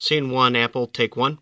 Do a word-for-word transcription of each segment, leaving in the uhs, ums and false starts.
Scene one, Apple, take one.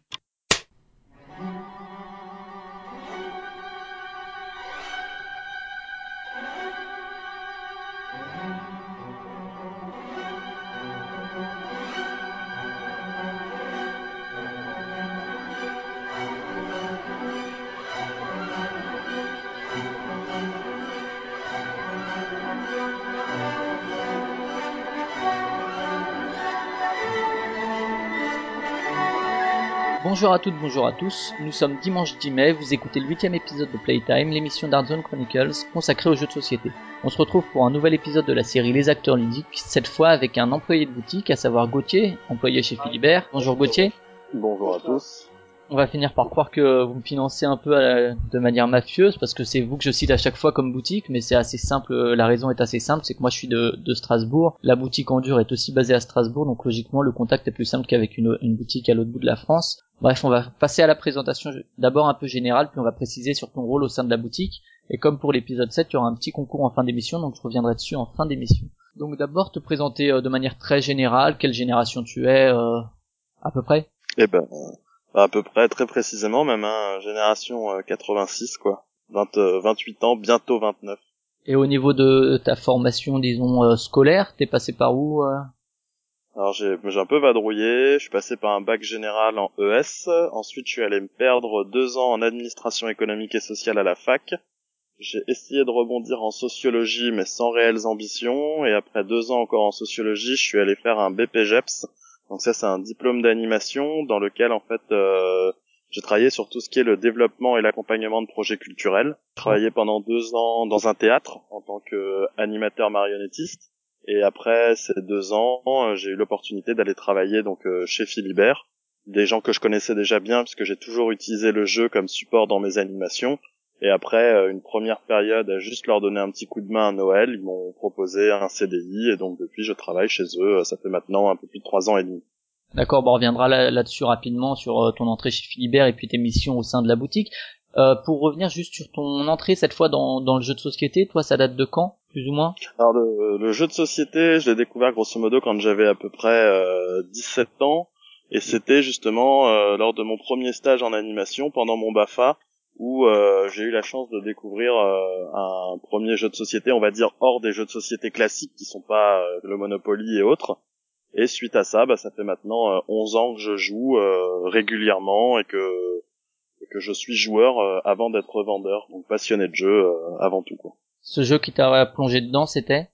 Bonjour à toutes, bonjour à tous, nous sommes dimanche dix mai, vous écoutez le huitième épisode de Playtime, l'émission d'Art Zone Chronicles consacrée aux jeux de société. On se retrouve pour un nouvel épisode de la série Les Acteurs Ludiques, cette fois avec un employé de boutique, à savoir Gauthier, employé chez Philibert. Bonjour Gauthier. Bonjour à tous. On va finir par croire que vous me financez un peu la, de manière mafieuse, parce que c'est vous que je cite à chaque fois comme boutique, mais c'est assez simple, la raison est assez simple, c'est que moi je suis de, de Strasbourg, la boutique en dur est aussi basée à Strasbourg, donc logiquement le contact est plus simple qu'avec une, une boutique à l'autre bout de la France. Bref, on va passer à la présentation d'abord un peu générale, puis on va préciser sur ton rôle au sein de la boutique, et comme pour l'épisode sept, il y aura un petit concours en fin d'émission, donc je reviendrai dessus en fin d'émission. Donc d'abord te présenter euh, de manière très générale, quelle génération tu es, euh, à peu près? Eh ben... à peu près, très précisément même, hein, génération euh, quatre-vingt-six, quoi. vingt, euh, vingt-huit ans, bientôt vingt-neuf. Et au niveau de ta formation, disons, euh, scolaire, t'es passé par où euh Alors j'ai, j'ai un peu vadrouillé, je suis passé par un bac général en E S, ensuite je suis allé me perdre deux ans en administration économique et sociale à la fac. J'ai essayé de rebondir en sociologie, mais sans réelles ambitions, et après deux ans encore en sociologie, je suis allé faire un B P G E P S. Donc ça, c'est un diplôme d'animation dans lequel, en fait, euh, j'ai travaillé sur tout ce qui est le développement et l'accompagnement de projets culturels. J'ai travaillé pendant deux ans dans un théâtre en tant qu'animateur marionnettiste. Et après ces deux ans, j'ai eu l'opportunité d'aller travailler donc chez Philibert. Des gens que je connaissais déjà bien, puisque j'ai toujours utilisé le jeu comme support dans mes animations. Et après une première période à juste leur donner un petit coup de main à Noël, ils m'ont proposé un C D I et donc depuis je travaille chez eux, ça fait maintenant un peu plus de trois ans et demi. D'accord, bon, on reviendra là, là-dessus rapidement sur euh, ton entrée chez Philibert et puis tes missions au sein de la boutique. Euh, pour revenir juste sur ton entrée cette fois dans, dans le jeu de société, toi ça date de quand, plus ou moins? Alors le, le jeu de société, je l'ai découvert grosso modo quand j'avais à peu près euh, dix-sept ans et c'était justement euh, lors de mon premier stage en animation pendant mon BAFA, où euh, j'ai eu la chance de découvrir euh, un premier jeu de société, on va dire hors des jeux de société classiques qui sont pas euh, le Monopoly et autres. Et suite à ça, bah ça fait maintenant euh, onze ans que je joue euh, régulièrement et que et que je suis joueur euh, avant d'être vendeur, donc passionné de jeu euh, avant tout, quoi. Ce jeu qui t'a plongé dedans, c'était?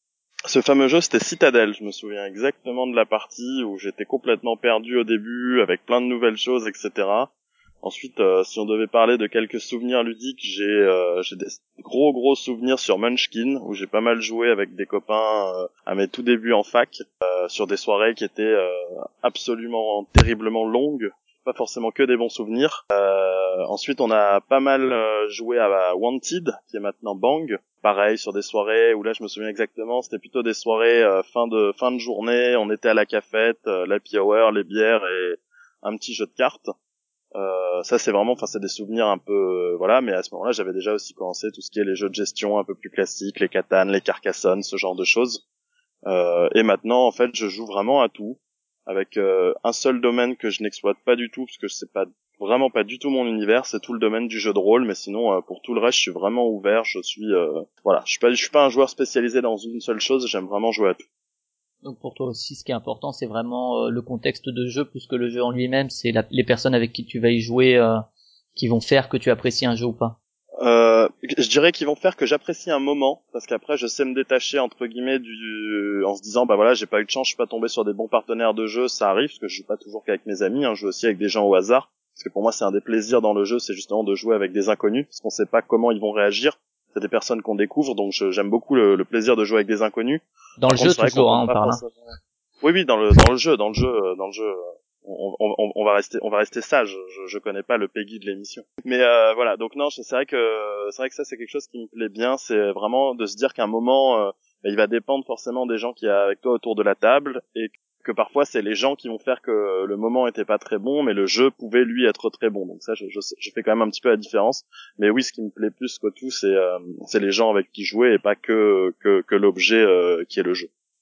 Ce fameux jeu, c'était Citadel. Je me souviens exactement de la partie où j'étais complètement perdu au début, avec plein de nouvelles choses, et cetera. Ensuite, euh, si on devait parler de quelques souvenirs ludiques, j'ai euh, j'ai des gros gros souvenirs sur Munchkin, où j'ai pas mal joué avec des copains euh, à mes tout débuts en fac, euh, sur des soirées qui étaient euh, absolument terriblement longues, pas forcément que des bons souvenirs. Euh, ensuite, on a pas mal euh, joué à Wanted, qui est maintenant Bang. Pareil, sur des soirées où là, je me souviens exactement, c'était plutôt des soirées euh, fin de fin de journée, on était à la cafette, euh, l'happy hour, les bières et un petit jeu de cartes. Euh, ça c'est vraiment, enfin c'est des souvenirs un peu, euh, voilà, mais à ce moment-là j'avais déjà aussi commencé tout ce qui est les jeux de gestion un peu plus classiques, les Catan, les Carcassonne, ce genre de choses. Euh, et maintenant en fait je joue vraiment à tout, avec euh, un seul domaine que je n'exploite pas du tout parce que c'est pas vraiment pas du tout mon univers, c'est tout le domaine du jeu de rôle, mais sinon euh, pour tout le reste je suis vraiment ouvert, je suis, euh, voilà, je suis pas, je suis pas un joueur spécialisé dans une seule chose, j'aime vraiment jouer à tout. Donc pour toi aussi, ce qui est important, c'est vraiment euh, le contexte de jeu plus que le jeu en lui-même. C'est la, les personnes avec qui tu vas y jouer euh, qui vont faire que tu apprécies un jeu ou pas. Euh, je dirais qu'ils vont faire que j'apprécie un moment, parce qu'après je sais me détacher entre guillemets du, en se disant bah voilà j'ai pas eu de chance, je suis pas tombé sur des bons partenaires de jeu, ça arrive parce que je joue pas toujours qu'avec mes amis, hein, je joue aussi avec des gens au hasard, parce que pour moi c'est un des plaisirs dans le jeu, c'est justement de jouer avec des inconnus, parce qu'on sait pas comment ils vont réagir. C'est des personnes qu'on découvre, donc je, j'aime beaucoup le, le plaisir de jouer avec des inconnus. Dans Par le contre, jeu c'est vrai qu'on toujours, hein, tombe on pas parle. Hein. forcément. Oui, oui, dans le dans le jeu, dans le jeu, dans le jeu. On, on, on, on va rester, on va rester sage. Je, je connais pas le Peggy de l'émission, mais euh, voilà. Donc non, c'est vrai que c'est vrai que ça c'est quelque chose qui me plaît bien. C'est vraiment de se dire qu'à un moment, euh, il va dépendre forcément des gens qui y a avec toi autour de la table et que parfois c'est les gens qui vont faire que le moment était pas très bon, mais le jeu pouvait lui être très bon. Donc ça, je, je, je fais quand même un petit peu la différence. Mais oui, ce qui me plaît plus que tout, c'est euh, c'est les gens avec qui jouer et pas que que, que l'objet euh, qui est le jeu.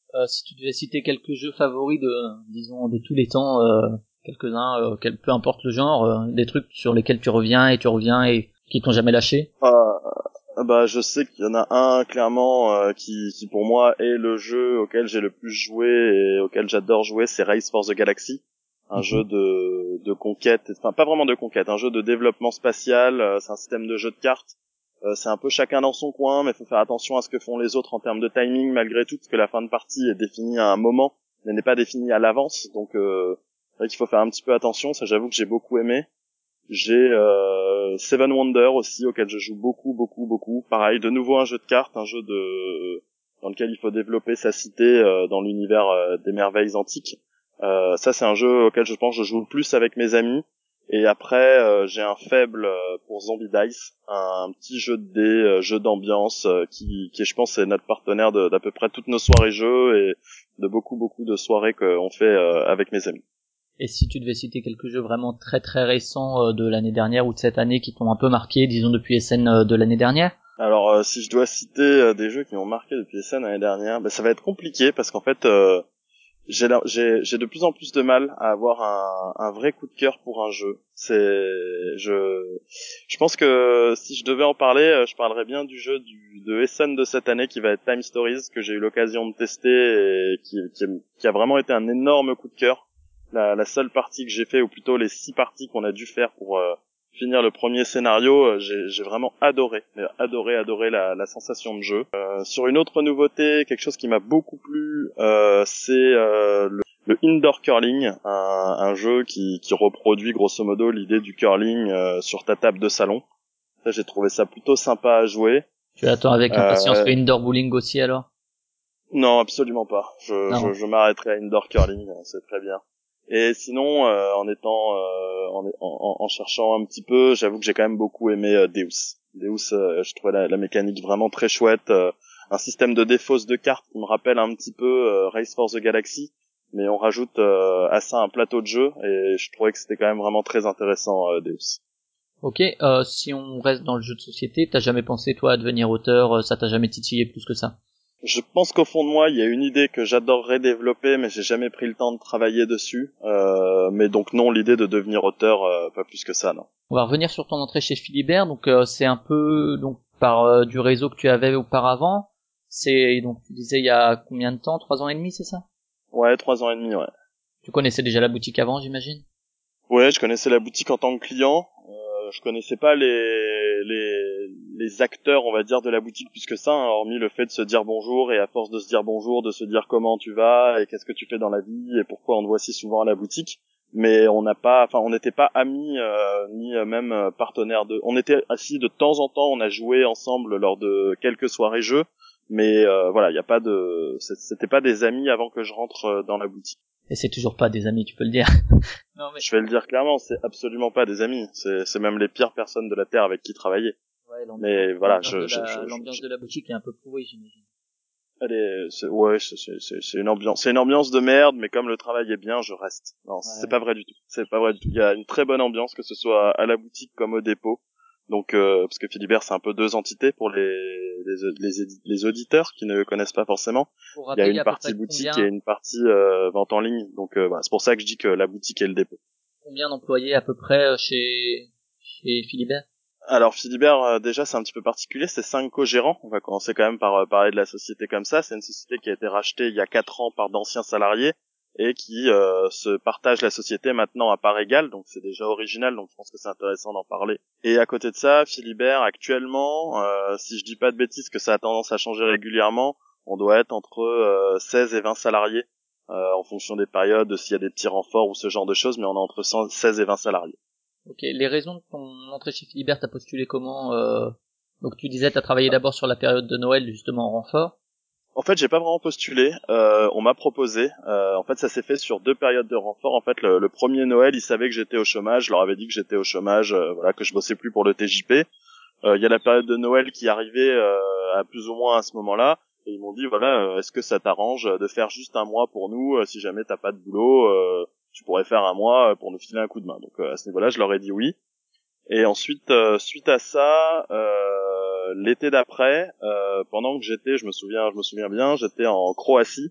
Euh, si tu devais citer quelques jeux favoris de, disons, de tous les temps, euh, quelques-uns, euh, quel, peu importe le genre, euh, des trucs sur lesquels tu reviens et tu reviens et qui t'ont jamais lâché. Euh, bah, je sais qu'il y en a un clairement euh, qui, qui pour moi est le jeu auquel j'ai le plus joué et auquel j'adore jouer, c'est Race for the Galaxy, un mm-hmm. jeu de, de conquête, enfin pas vraiment de conquête, un jeu de développement spatial. Euh, c'est un système de jeu de cartes. Euh, c'est un peu chacun dans son coin, mais il faut faire attention à ce que font les autres en termes de timing malgré tout, parce que la fin de partie est définie à un moment, mais n'est pas définie à l'avance. Donc euh, c'est vrai qu'il faut faire un petit peu attention. Ça, j'avoue que j'ai beaucoup aimé. J'ai euh, Seven Wonders aussi, auquel je joue beaucoup, beaucoup, beaucoup. Pareil, de nouveau un jeu de cartes, un jeu de dans lequel il faut développer sa cité euh, dans l'univers euh, des merveilles antiques. Euh, ça, c'est un jeu auquel je pense que je joue le plus avec mes amis. Et après, euh, j'ai un faible euh, pour Zombie Dice, un, un petit jeu de dés, euh, jeu d'ambiance, euh, qui, qui, je pense, est notre partenaire de, d'à peu près toutes nos soirées jeux et de beaucoup, beaucoup de soirées qu'on fait euh, avec mes amis. Et si tu devais citer quelques jeux vraiment très très récents euh, de l'année dernière ou de cette année qui t'ont un peu marqué, disons depuis S N euh, de l'année dernière? Alors, euh, si je dois citer euh, des jeux qui m'ont marqué depuis S N l'année dernière, bah, ça va être compliqué parce qu'en fait, euh, j'ai, j'ai, j'ai de plus en plus de mal à avoir un, un vrai coup de cœur pour un jeu. C'est, je, je pense que si je devais en parler, je parlerais bien du jeu du, de S N de cette année qui va être Time Stories, que j'ai eu l'occasion de tester et qui, qui, qui a vraiment été un énorme coup de cœur. La, la seule partie que j'ai fait, ou plutôt les six parties qu'on a dû faire pour euh, finir le premier scénario, j'ai, j'ai vraiment adoré, adoré, adoré la, la sensation de jeu. Euh, sur une autre nouveauté, quelque chose qui m'a beaucoup plu, euh, c'est euh, le, le indoor curling, un, un jeu qui, qui reproduit grosso modo l'idée du curling euh, sur ta table de salon. Ça, j'ai trouvé ça plutôt sympa à jouer. Tu attends avec impatience euh, le indoor bowling aussi alors? Non, absolument pas. Je, non. je, je m'arrêterai à indoor curling, c'est très bien. Et sinon, euh, en étant, euh, en, en, en cherchant un petit peu, j'avoue que j'ai quand même beaucoup aimé euh, Deus. Deus, euh, je trouvais la, la mécanique vraiment très chouette. Euh, un système de défausse de cartes qui me rappelle un petit peu euh, Race for the Galaxy, mais on rajoute euh, à ça un plateau de jeu, et je trouvais que c'était quand même vraiment très intéressant, euh, Deus. Ok, euh, si on reste dans le jeu de société, t'as jamais pensé toi à devenir auteur, ça t'a jamais titillé plus que ça? Je pense qu'au fond de moi, il y a une idée que j'adorerais développer, mais j'ai jamais pris le temps de travailler dessus. Euh, mais donc non, l'idée de devenir auteur, euh, pas plus que ça, non. On va revenir sur ton entrée chez Philibert. Donc euh, c'est un peu donc par euh, du réseau que tu avais auparavant. C'est donc tu disais il y a combien de temps? Trois ans et demi, c'est ça? Ouais, trois ans et demi, ouais. Tu connaissais déjà la boutique avant, j'imagine? Ouais, je connaissais la boutique en tant que client. Euh, je connaissais pas les, les les acteurs, on va dire, de la boutique plus que ça, hein, hormis le fait de se dire bonjour, et à force de se dire bonjour, de se dire comment tu vas et qu'est-ce que tu fais dans la vie et pourquoi on te voit si souvent à la boutique. Mais on n'a pas, enfin, on n'était pas amis euh, ni même euh, partenaires de. On était assis de temps en temps, on a joué ensemble lors de quelques soirées jeux, mais euh, voilà, il y a pas de, c'était pas des amis avant que je rentre dans la boutique. Et c'est toujours pas des amis, tu peux le dire. Non, mais... Je vais le dire clairement, c'est absolument pas des amis. C'est, c'est même les pires personnes de la Terre avec qui travailler. Ouais, mais voilà, l'ambiance, je, de, je, la, je, l'ambiance je, de la boutique est un peu pourrie, j'imagine. Elle est, c'est, ouais, c'est, c'est, c'est une ambiance, c'est une ambiance de merde, mais comme le travail est bien, je reste. Non, ouais. C'est pas vrai du tout. C'est pas vrai du tout. Il y a une très bonne ambiance, que ce soit à la boutique comme au dépôt. Donc, euh, parce que Philibert, c'est un peu deux entités pour les, les, les, les auditeurs qui ne connaissent pas forcément. Il y a une partie boutique combien... et une partie euh, vente en ligne. Donc, euh, voilà, c'est pour ça que je dis que la boutique est le dépôt. Combien d'employés à peu près chez, chez Philibert? Alors Philibert, euh, déjà c'est un petit peu particulier, c'est cinq co-gérants. On va commencer quand même par euh, parler de la société comme ça. C'est une société qui a été rachetée il y a quatre ans par d'anciens salariés et qui euh, se partage la société maintenant à part égale, donc c'est déjà original, donc je pense que c'est intéressant d'en parler. Et à côté de ça, Philibert actuellement, euh, si je dis pas de bêtises que ça a tendance à changer régulièrement, on doit être entre euh, seize et vingt salariés euh, en fonction des périodes, s'il y a des petits renforts ou ce genre de choses, mais on est entre seize et vingt salariés. Ok, les raisons de ton entrée chez Philibert, t'as postulé comment euh... Donc tu disais t'as travaillé d'abord sur la période de Noël justement en renfort. En fait, j'ai pas vraiment postulé. Euh, on m'a proposé. Euh, en fait, ça s'est fait sur deux périodes de renfort. En fait, le, le premier Noël, ils savaient que j'étais au chômage. Je leur avais dit que j'étais au chômage, euh, voilà, que je bossais plus pour le T J P. Il euh, y a la période de Noël qui arrivait euh, à plus ou moins à ce moment-là, et ils m'ont dit voilà, euh, est-ce que ça t'arrange de faire juste un mois pour nous euh, si jamais t'as pas de boulot, euh, tu pourrais faire un mois pour nous filer un coup de main. Donc euh, à ce niveau-là, je leur ai dit oui. Et ensuite, euh, suite à ça, euh, l'été d'après, euh, pendant que j'étais, je me souviens, je me souviens bien, j'étais en Croatie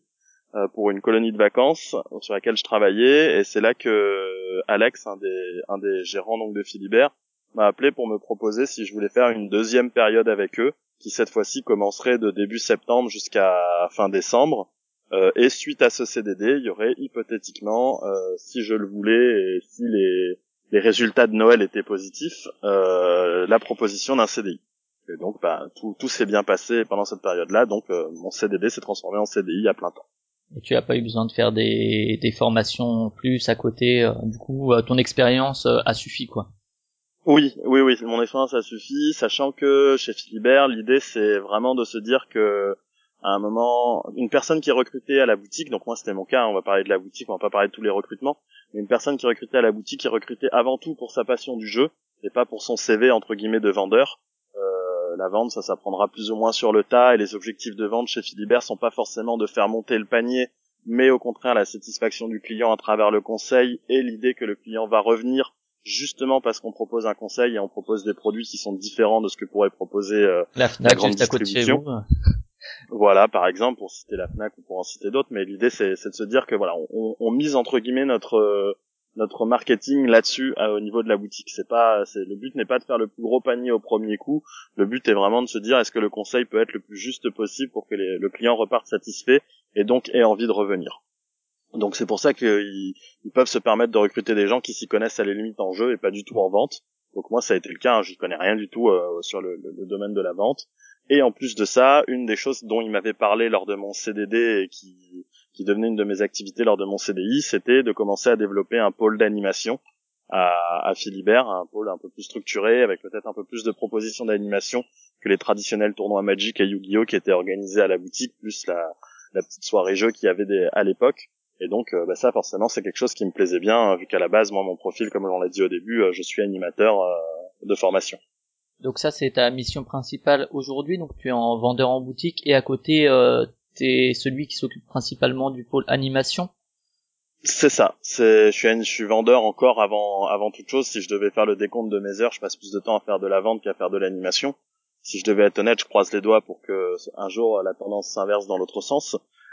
euh, pour une colonie de vacances sur laquelle je travaillais, et c'est là que Alex, un des un des gérants donc de Philibert, m'a appelé pour me proposer si je voulais faire une deuxième période avec eux, qui cette fois-ci commencerait de début septembre jusqu'à fin décembre. Euh, et suite à ce C D D, il y aurait hypothétiquement, euh, si je le voulais et si les, les résultats de Noël étaient positifs, euh, la proposition d'un C D I. Et donc, bah, tout, tout s'est bien passé pendant cette période-là. Donc, euh, mon C D D s'est transformé en C D I à plein temps. Et tu as pas eu besoin de faire des, des formations plus à côté. Euh, du coup, euh, ton expérience euh, a suffi, quoi. Oui, oui, oui. Mon expérience a suffi, sachant que chez Philibert, l'idée c'est vraiment de se dire que à un moment, une personne qui est recrutée à la boutique, donc moi c'était mon cas, on va parler de la boutique, on va pas parler de tous les recrutements, mais une personne qui est recrutée à la boutique, qui est recrutée avant tout pour sa passion du jeu, et pas pour son C V entre guillemets de vendeur. Euh, la vente, ça s'apprendra plus ou moins sur le tas, et les objectifs de vente chez Philibert sont pas forcément de faire monter le panier, mais au contraire la satisfaction du client à travers le conseil, et l'idée que le client va revenir justement parce qu'on propose un conseil et on propose des produits qui sont différents de ce que pourrait proposer euh, la Fnac, la grande juste à côté de chez distribution. vous. Voilà, par exemple, pour citer la Fnac ou pour en citer d'autres, mais l'idée c'est, c'est de se dire que voilà, on, on mise entre guillemets notre euh, notre marketing là-dessus à, au niveau de la boutique. C'est pas, c'est le but n'est pas de faire le plus gros panier au premier coup. Le but est vraiment de se dire est-ce que le conseil peut être le plus juste possible pour que les, le client reparte satisfait et donc ait envie de revenir. Donc c'est pour ça qu'ils ils peuvent se permettre de recruter des gens qui s'y connaissent à la limite en jeu et pas du tout en vente. Donc moi ça a été le cas, hein, j'y connais rien du tout euh, sur le, le, le domaine de la vente. Et en plus de ça, une des choses dont il m'avait parlé lors de mon C D D et qui, qui devenait une de mes activités lors de mon C D I, c'était de commencer à développer un pôle d'animation à, à Philibert, un pôle un peu plus structuré avec peut-être un peu plus de propositions d'animation que les traditionnels tournois Magic et Yu-Gi-Oh qui étaient organisés à la boutique, plus la, la petite soirée jeu qu'il y avait des, à l'époque. Et donc euh, bah ça forcément c'est quelque chose qui me plaisait bien, hein, vu qu'à la base moi mon profil, comme on l'a dit au début, euh, je suis animateur euh, de formation. Donc ça, c'est ta mission principale aujourd'hui. Donc tu es en vendeur en boutique et à côté, euh, t'es celui qui s'occupe principalement du pôle animation. C'est ça. C'est, je suis, je suis vendeur encore avant, avant toute chose. Si je devais faire le décompte de mes heures, je passe plus de temps à faire de la vente qu'à faire de l'animation. Si je devais être honnête, je croise les doigts pour que un jour la tendance s'inverse dans l'autre sens.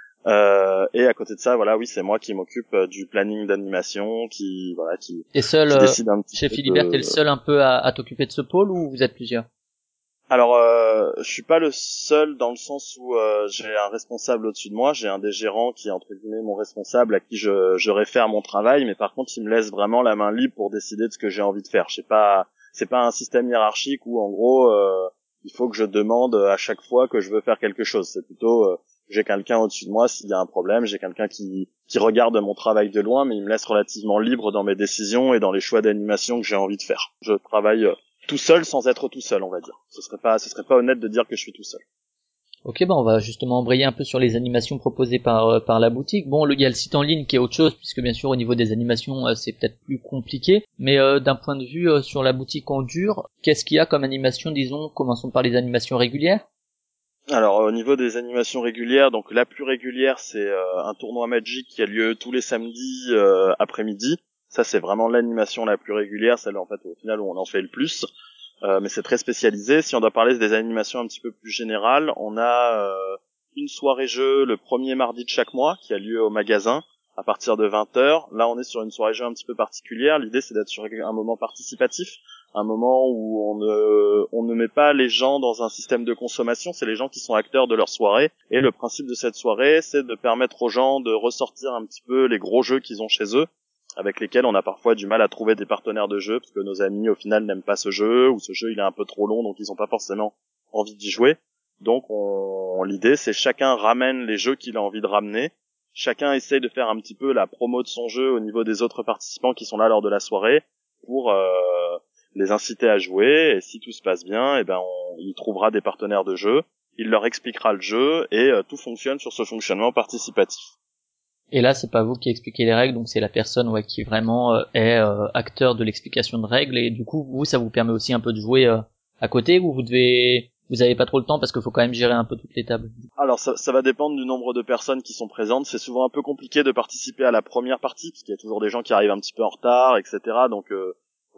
Euh, et à côté de ça, voilà, oui, c'est moi qui m'occupe du planning d'animation, qui, voilà, qui, T'es seul qui euh, décide un petit chez peu Philibert, de... t'es le seul un peu à, à t'occuper de ce pôle ou vous êtes plusieurs? Alors, euh, je suis pas le seul dans le sens où euh, j'ai un responsable au-dessus de moi, j'ai un des gérants qui est entre guillemets mon responsable à qui je, je réfère mon travail, mais par contre il me laisse vraiment la main libre pour décider de ce que j'ai envie de faire. Je sais pas, c'est pas un système hiérarchique où en gros euh, il faut que je demande à chaque fois que je veux faire quelque chose. C'est plutôt euh, j'ai quelqu'un au-dessus de moi s'il y a un problème, j'ai quelqu'un qui qui regarde mon travail de loin, mais il me laisse relativement libre dans mes décisions et dans les choix d'animation que j'ai envie de faire. Je travaille euh, tout seul sans être tout seul, on va dire. Ce serait pas, ce serait pas honnête de dire que je suis tout seul. Ok, bah on va justement embrayer un peu sur les animations proposées par euh, par la boutique. Bon, il y a le site en ligne qui est autre chose, puisque bien sûr au niveau des animations euh, c'est peut-être plus compliqué. Mais euh, d'un point de vue euh, sur la boutique en dur, qu'est-ce qu'il y a comme animation, disons, commençons par les animations régulières. Alors au niveau des animations régulières, donc la plus régulière c'est euh, un tournoi Magic qui a lieu tous les samedis euh, après-midi. Ça c'est vraiment l'animation la plus régulière, celle en fait au final où on en fait le plus. Euh, mais c'est très spécialisé. Si on doit parler des animations un petit peu plus générales, on a euh, une soirée jeu le premier mardi de chaque mois qui a lieu au magasin à partir de vingt heures. Là, on est sur une soirée jeu un petit peu particulière. L'idée, c'est d'être sur un moment participatif, un moment où on ne, on ne met pas les gens dans un système de consommation, c'est les gens qui sont acteurs de leur soirée. Et le principe de cette soirée, c'est de permettre aux gens de ressortir un petit peu les gros jeux qu'ils ont chez eux, avec lesquels on a parfois du mal à trouver des partenaires de jeu parce que nos amis au final n'aiment pas ce jeu ou ce jeu il est un peu trop long donc ils ont pas forcément envie d'y jouer. Donc on, l'idée c'est chacun ramène les jeux qu'il a envie de ramener, chacun essaye de faire un petit peu la promo de son jeu au niveau des autres participants qui sont là lors de la soirée pour euh, les inciter à jouer, et si tout se passe bien, et ben on, il trouvera des partenaires de jeu, il leur expliquera le jeu et euh, tout fonctionne sur ce fonctionnement participatif. Et là, c'est pas vous qui expliquez les règles, donc c'est la personne ouais, qui vraiment euh, est euh, acteur de l'explication de règles, et du coup, vous, ça vous permet aussi un peu de jouer euh, à côté, ou vous devez, vous avez pas trop le temps parce qu'il faut quand même gérer un peu toutes les tables. Alors ça, ça va dépendre du nombre de personnes qui sont présentes. C'est souvent un peu compliqué de participer à la première partie parce qu'il y a toujours des gens qui arrivent un petit peu en retard, et cetera. Donc euh, voilà.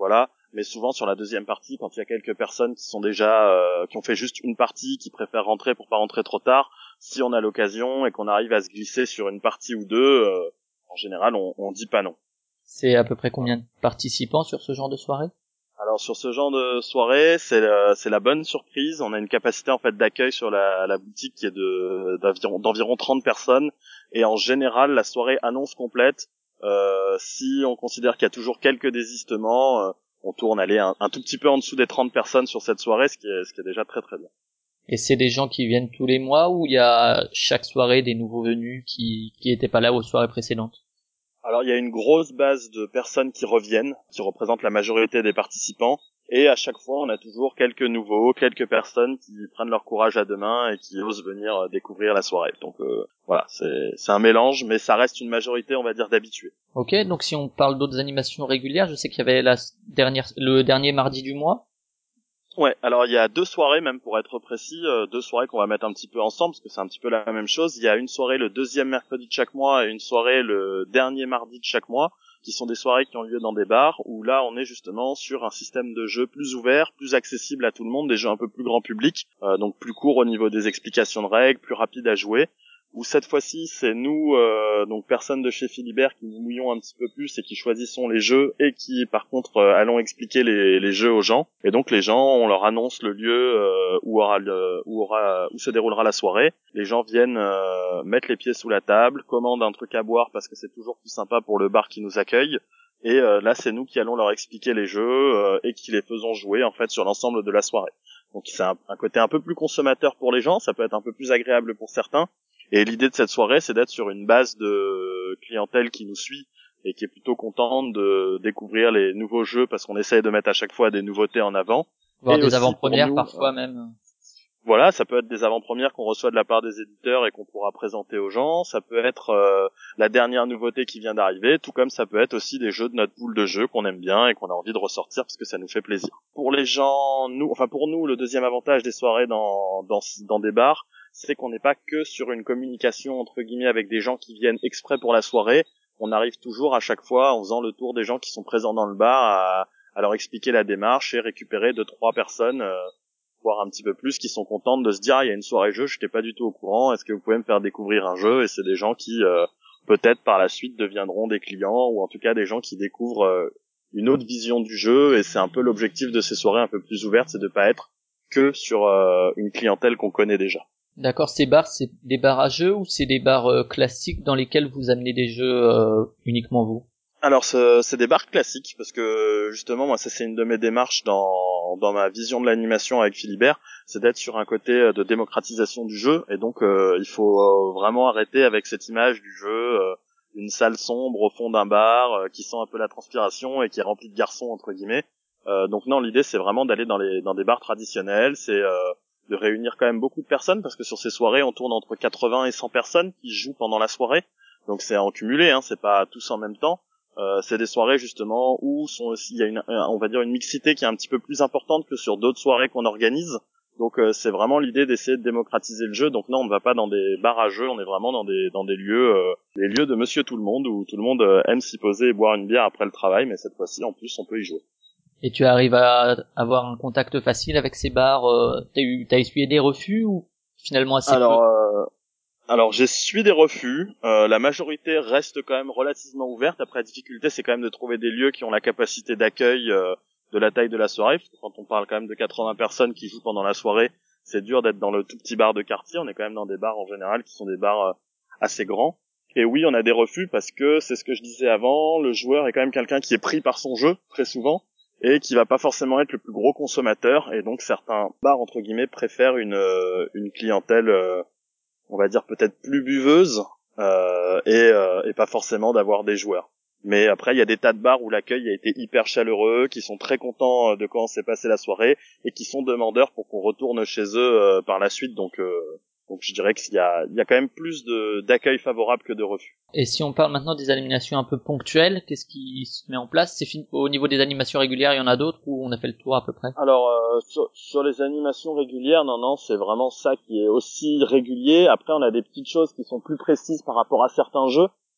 mais souvent sur la deuxième partie, quand il y a quelques personnes qui sont déjà euh, qui ont fait juste une partie, qui préfèrent rentrer pour pas rentrer trop tard, si on a l'occasion et qu'on arrive à se glisser sur une partie ou deux, euh, en général on, on dit pas non. C'est à peu près combien de participants sur ce genre de soirée? Alors sur ce genre de soirée, c'est la, c'est la bonne surprise. On a une capacité en fait d'accueil sur la, la boutique qui est de d'environ, d'environ trente personnes, et en général la soirée annonce complète. Euh, si on considère qu'il y a toujours quelques désistements, euh, on tourne aller un, un tout petit peu en dessous des trente personnes sur cette soirée, ce qui est, ce qui est déjà très très bien. Et c'est des gens qui viennent tous les mois, ou il y a chaque soirée des nouveaux venus qui qui étaient pas là aux soirées précédentes? Alors il y a une grosse base de personnes qui reviennent, qui représentent la majorité des participants, et à chaque fois on a toujours quelques nouveaux, quelques personnes qui prennent leur courage à deux mains et qui osent venir découvrir la soirée. Donc euh, voilà, c'est c'est un mélange, mais ça reste une majorité, on va dire, d'habitués. Ok, donc si on parle d'autres animations régulières, je sais qu'il y avait la dernière, le dernier mardi du mois. Ouais, alors il y a deux soirées, même pour être précis, euh, deux soirées qu'on va mettre un petit peu ensemble, parce que c'est un petit peu la même chose. Il y a une soirée le deuxième mercredi de chaque mois et une soirée le dernier mardi de chaque mois, qui sont des soirées qui ont lieu dans des bars, où là on est justement sur un système de jeu plus ouvert, plus accessible à tout le monde, des jeux un peu plus grand public, euh, donc plus court au niveau des explications de règles, plus rapide à jouer. Où cette fois-ci c'est nous, euh, donc personnes de chez Philibert, qui nous mouillons un petit peu plus et qui choisissons les jeux, et qui par contre euh, allons expliquer les, les jeux aux gens. Et donc les gens, on leur annonce le lieu euh, où aura le, où aura où se déroulera la soirée. Les gens viennent euh, mettre les pieds sous la table, commandent un truc à boire parce que c'est toujours plus sympa pour le bar qui nous accueille. Et euh, là c'est nous qui allons leur expliquer les jeux euh, et qui les faisons jouer en fait sur l'ensemble de la soirée. Donc c'est un, un côté un peu plus consommateur pour les gens, ça peut être un peu plus agréable pour certains. Et l'idée de cette soirée, c'est d'être sur une base de clientèle qui nous suit et qui est plutôt contente de découvrir les nouveaux jeux, parce qu'on essaye de mettre à chaque fois des nouveautés en avant. Voire et des aussi avant-premières nous, parfois euh, même. Voilà, ça peut être des avant-premières qu'on reçoit de la part des éditeurs et qu'on pourra présenter aux gens. Ça peut être euh, la dernière nouveauté qui vient d'arriver, tout comme ça peut être aussi des jeux de notre pool de jeux qu'on aime bien et qu'on a envie de ressortir parce que ça nous fait plaisir. Pour les gens, nous, enfin pour nous, le deuxième avantage des soirées dans dans, dans des bars, c'est qu'on n'est pas que sur une communication entre guillemets avec des gens qui viennent exprès pour la soirée. On arrive toujours à chaque fois en faisant le tour des gens qui sont présents dans le bar à, à leur expliquer la démarche et récupérer deux trois personnes, euh, voire un petit peu plus, qui sont contentes de se dire ah, il y a une soirée jeu, je n'étais pas du tout au courant, est-ce que vous pouvez me faire découvrir un jeu? Et c'est des gens qui euh, peut-être par la suite deviendront des clients, ou en tout cas des gens qui découvrent euh, une autre vision du jeu. Et c'est un peu l'objectif de ces soirées un peu plus ouvertes, c'est de pas être que sur euh, une clientèle qu'on connaît déjà. D'accord, ces bars, c'est des bars à jeux ou c'est des bars euh, classiques dans lesquels vous amenez des jeux euh, uniquement vous? Alors c'est, c'est des bars classiques, parce que justement moi ça c'est une de mes démarches dans dans ma vision de l'animation avec Philibert, c'est d'être sur un côté de démocratisation du jeu. Et donc euh, il faut euh, vraiment arrêter avec cette image du jeu, euh, une salle sombre au fond d'un bar euh, qui sent un peu la transpiration et qui est remplie de garçons entre guillemets. Euh, donc non, l'idée c'est vraiment d'aller dans les dans des bars traditionnels, c'est euh, de réunir quand même beaucoup de personnes, parce que sur ces soirées on tourne entre quatre-vingts et cent personnes qui jouent pendant la soirée. Donc c'est en cumulé, hein, c'est pas tous en même temps. Euh, c'est des soirées justement où sont aussi, il y a une, on va dire une mixité qui est un petit peu plus importante que sur d'autres soirées qu'on organise. Donc euh, c'est vraiment l'idée d'essayer de démocratiser le jeu. Donc non, on ne va pas dans des bars à jeux, on est vraiment dans des dans des lieux, euh, des lieux de Monsieur Tout le Monde, où tout le monde euh, aime s'y poser et boire une bière après le travail, mais cette fois-ci en plus on peut y jouer. Et tu arrives à avoir un contact facile avec ces bars? euh, T'as eu, t'as essuyé des refus ou finalement assez Alors peu? euh, Alors j'ai suivi des refus, euh, la majorité reste quand même relativement ouverte. Après la difficulté c'est quand même de trouver des lieux qui ont la capacité d'accueil euh, de la taille de la soirée, parce que quand on parle quand même de quatre-vingts personnes qui jouent pendant la soirée, c'est dur d'être dans le tout petit bar de quartier. On est quand même dans des bars en général qui sont des bars euh, assez grands. Et oui, on a des refus parce que c'est ce que je disais avant, le joueur est quand même quelqu'un qui est pris par son jeu très souvent et qui va pas forcément être le plus gros consommateur, et donc certains bars entre guillemets préfèrent une euh, une clientèle euh, on va dire peut-être plus buveuse euh, et, euh, et pas forcément d'avoir des joueurs. Mais après, il y a des tas de bars où l'accueil a été hyper chaleureux, qui sont très contents de comment s'est passée la soirée et qui sont demandeurs pour qu'on retourne chez eux euh, par la suite. Donc, euh, donc je dirais qu'il y a, il y a quand même plus de, d'accueil favorable que de refus. Et si on parle maintenant des animations un peu ponctuelles, qu'est-ce qui se met en place? C'est fin... Au niveau des animations régulières, il y en a d'autres ou on a fait le tour à peu près? Alors euh, sur, sur les animations régulières, non non, c'est vraiment ça qui est aussi régulier. Après, on a des petites choses qui sont plus précises par rapport à certains jeux,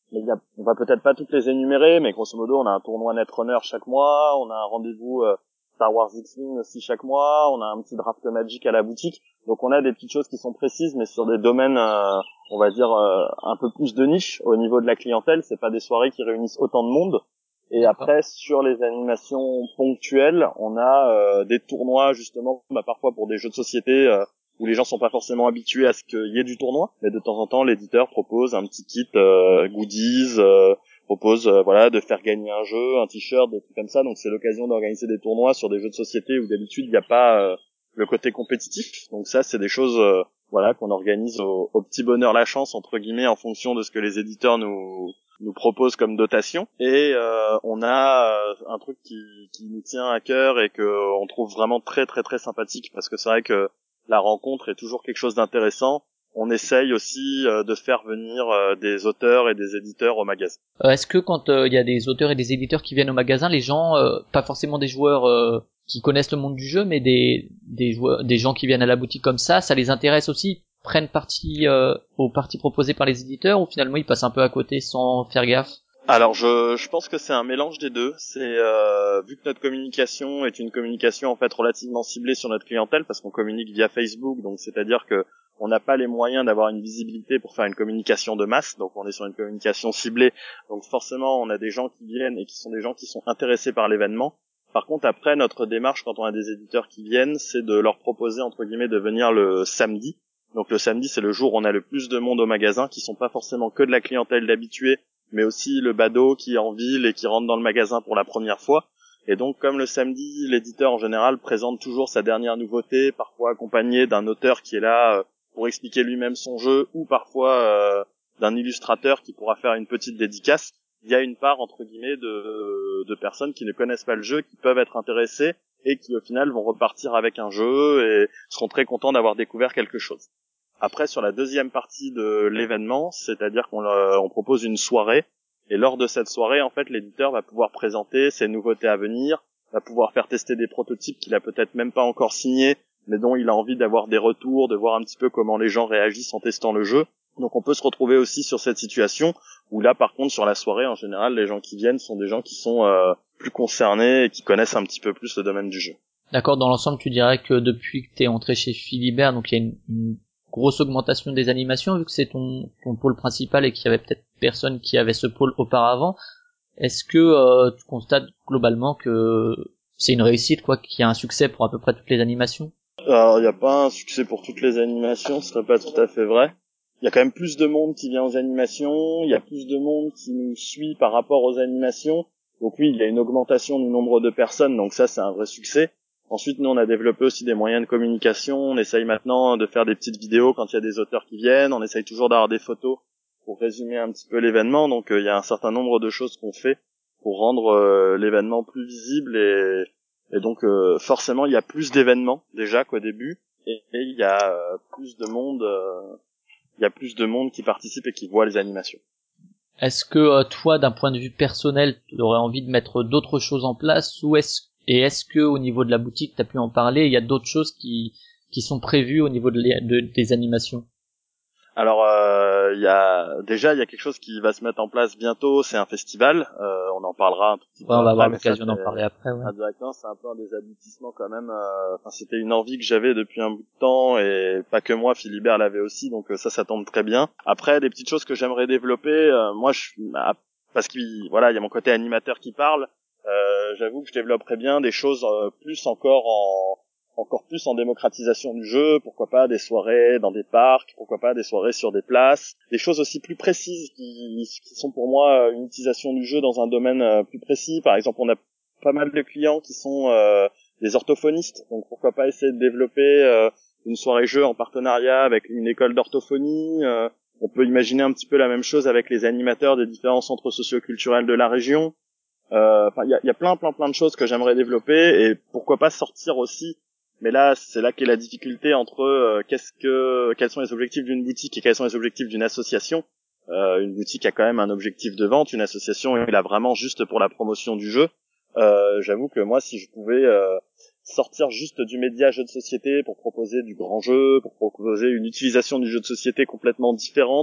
mais il y a, on va peut-être pas toutes les énumérer, mais grosso modo, on a un tournoi Netrunner chaque mois, on a un rendez-vous euh, Star Wars X-Wing aussi chaque mois, on a un petit draft Magic à la boutique. Donc on a des petites choses qui sont précises, mais sur des domaines, euh, on va dire, euh, un peu plus de niche au niveau de la clientèle. C'est pas des soirées qui réunissent autant de monde. Et D'accord. après, sur les animations ponctuelles, on a euh, des tournois, justement, bah, parfois pour des jeux de société euh, où les gens sont pas forcément habitués à ce qu'il y ait du tournoi. Mais de temps en temps, l'éditeur propose un petit kit euh, goodies, euh, propose euh, voilà de faire gagner un jeu, un t-shirt, des trucs comme ça. Donc c'est l'occasion d'organiser des tournois sur des jeux de société où d'habitude il n'y a pas euh, le côté compétitif. Donc ça, c'est des choses euh, voilà qu'on organise au, au petit bonheur la chance entre guillemets en fonction de ce que les éditeurs nous nous proposent comme dotation. Et euh, on a euh, un truc qui, qui nous tient à cœur et que on trouve vraiment très très très sympathique, parce que c'est vrai que la rencontre est toujours quelque chose d'intéressant. On essaye aussi euh, de faire venir euh, des auteurs et des éditeurs au magasin. Euh, est-ce que quand il euh, y a des auteurs et des éditeurs qui viennent au magasin, les gens, euh, pas forcément des joueurs euh, qui connaissent le monde du jeu, mais des des joueurs, des gens qui viennent à la boutique comme ça, ça les intéresse aussi, prennent partie euh, aux parties proposées par les éditeurs, ou finalement ils passent un peu à côté sans faire gaffe? Alors je, je pense que c'est un mélange des deux. C'est euh, vu que notre communication est une communication en fait relativement ciblée sur notre clientèle, parce qu'on communique via Facebook, donc c'est-à-dire que on n'a pas les moyens d'avoir une visibilité pour faire une communication de masse, donc on est sur une communication ciblée. Donc forcément, on a des gens qui viennent et qui sont des gens qui sont intéressés par l'événement. Par contre, après, notre démarche quand on a des éditeurs qui viennent, c'est de leur proposer entre guillemets de venir le samedi. Donc le samedi, c'est le jour où on a le plus de monde au magasin, qui sont pas forcément que de la clientèle d'habitués, mais aussi le badaud qui est en ville et qui rentre dans le magasin pour la première fois. Et donc, comme le samedi, l'éditeur en général présente toujours sa dernière nouveauté, parfois accompagné d'un auteur qui est là euh, pour expliquer lui-même son jeu, ou parfois euh, d'un illustrateur qui pourra faire une petite dédicace. Il y a une part, entre guillemets, de, de personnes qui ne connaissent pas le jeu, qui peuvent être intéressées et qui, au final, vont repartir avec un jeu et seront très contents d'avoir découvert quelque chose. Après, sur la deuxième partie de l'événement, c'est-à-dire qu'on euh, on propose une soirée, et lors de cette soirée, en fait, l'éditeur va pouvoir présenter ses nouveautés à venir, va pouvoir faire tester des prototypes qu'il a peut-être même pas encore signés, mais dont il a envie d'avoir des retours, de voir un petit peu comment les gens réagissent en testant le jeu. Donc on peut se retrouver aussi sur cette situation, où là, par contre, sur la soirée, en général, les gens qui viennent sont des gens qui sont euh, plus concernés et qui connaissent un petit peu plus le domaine du jeu. D'accord, dans l'ensemble, tu dirais que depuis que t'es entré chez Philibert, donc il y a une, une grosse augmentation des animations, vu que c'est ton, ton pôle principal et qu'il y avait peut-être personne qui avait ce pôle auparavant. Est-ce que euh, tu constates globalement que c'est une réussite, quoi, qu'il y a un succès pour à peu près toutes les animations? Alors, il n'y a pas un succès pour toutes les animations, ce serait pas tout à fait vrai. Il y a quand même plus de monde qui vient aux animations, il y a plus de monde qui nous suit par rapport aux animations. Donc oui, il y a une augmentation du nombre de personnes, donc ça, c'est un vrai succès. Ensuite, nous, on a développé aussi des moyens de communication. On essaye maintenant de faire des petites vidéos quand il y a des auteurs qui viennent. On essaye toujours d'avoir des photos pour résumer un petit peu l'événement. Donc, euh, il y a un certain nombre de choses qu'on fait pour rendre euh, l'événement plus visible. Et, et donc, euh, forcément, il y a plus d'événements déjà qu'au début. Et, et il y a euh, plus de monde, euh, il y a plus de monde qui participe et qui voit les animations. Est-ce que euh, toi, d'un point de vue personnel, tu aurais envie de mettre d'autres choses en place, ou est-ce et est-ce que au niveau de la boutique, tu as pu en parler, il y a d'autres choses qui qui sont prévues au niveau de, les, de des animations? Alors, euh, il y a déjà il y a quelque chose qui va se mettre en place bientôt, c'est un festival. Euh, on en parlera un tout petit Ouais, peu on va après, avoir mais ça, l'occasion d'en parler après, ouais. indirectement, c'est un peu un des aboutissements quand même. euh, Enfin, c'était une envie que j'avais depuis un bout de temps, et pas que moi, Philibert l'avait aussi, donc euh, ça, ça tombe très bien. Après, des petites choses que j'aimerais développer, euh, moi, je bah, parce qu'il voilà, il y a mon côté animateur qui parle. Euh, j'avoue que je développerais bien des choses euh, plus encore en encore plus en démocratisation du jeu, pourquoi pas des soirées dans des parcs, pourquoi pas des soirées sur des places, des choses aussi plus précises qui, qui sont pour moi une utilisation du jeu dans un domaine plus précis. Par exemple, on a pas mal de clients qui sont euh, des orthophonistes, donc pourquoi pas essayer de développer euh, une soirée jeu en partenariat avec une école d'orthophonie. Euh, on peut imaginer un petit peu la même chose avec les animateurs des différents centres socioculturels de la région. Enfin, euh, il y a, y a plein plein plein de choses que j'aimerais développer, et pourquoi pas sortir aussi. Mais là, c'est là qu'est la difficulté entre euh, qu'est-ce que, quels sont les objectifs d'une boutique et quels sont les objectifs d'une association. Euh, une boutique a quand même un objectif de vente, une association elle a vraiment juste pour la promotion du jeu. Euh, j'avoue que moi, si je pouvais euh, sortir juste du média jeu de société pour proposer du grand jeu, pour proposer une utilisation du jeu de société complètement différente,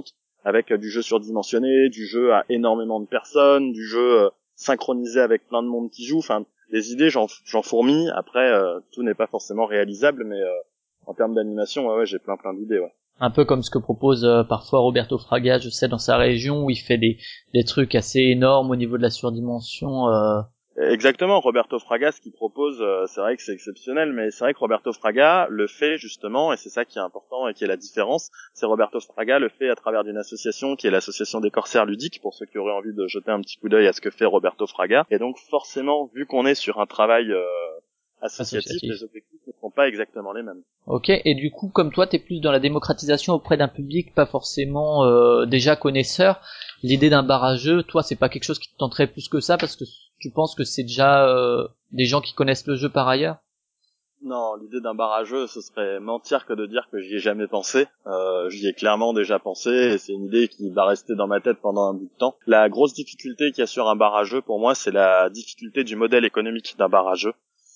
avec euh, du jeu surdimensionné, du jeu à énormément de personnes, du jeu euh, synchronisé avec plein de monde qui joue. Enfin, des idées, j'en, j'en fourmille. Après, euh, tout n'est pas forcément réalisable, mais euh, en termes d'animation, ouais, ouais, j'ai plein plein d'idées, ouais. Un peu comme ce que propose euh, parfois Roberto Fraga, je sais, dans sa région, où il fait des, des trucs assez énormes au niveau de la surdimension. Euh... Exactement, Roberto Fraga, ce qu'il propose, euh, c'est vrai que c'est exceptionnel, mais c'est vrai que Roberto Fraga le fait justement, et c'est ça qui est important et qui est la différence, c'est Roberto Fraga le fait à travers d'une association qui est l'association des corsaires ludiques, pour ceux qui auraient envie de jeter un petit coup d'œil à ce que fait Roberto Fraga. Et donc forcément, vu qu'on est sur un travail euh, associatif, associatif, les objectifs ne sont pas exactement les mêmes. Ok, et du coup, comme toi, t'es plus dans la démocratisation auprès d'un public pas forcément euh, déjà connaisseur, l'idée d'un bar à jeu, toi, c'est pas quelque chose qui te tenterait plus que ça, parce que tu penses que c'est déjà euh, des gens qui connaissent le jeu par ailleurs? Non, l'idée d'un bar à jeu, ce serait mentir que de dire que j'y ai jamais pensé. Euh, j'y ai clairement déjà pensé, et c'est une idée qui va rester dans ma tête pendant un bout de temps. La grosse difficulté qu'il y a sur un bar à jeu, pour moi, c'est la difficulté du modèle économique d'un bar à jeu.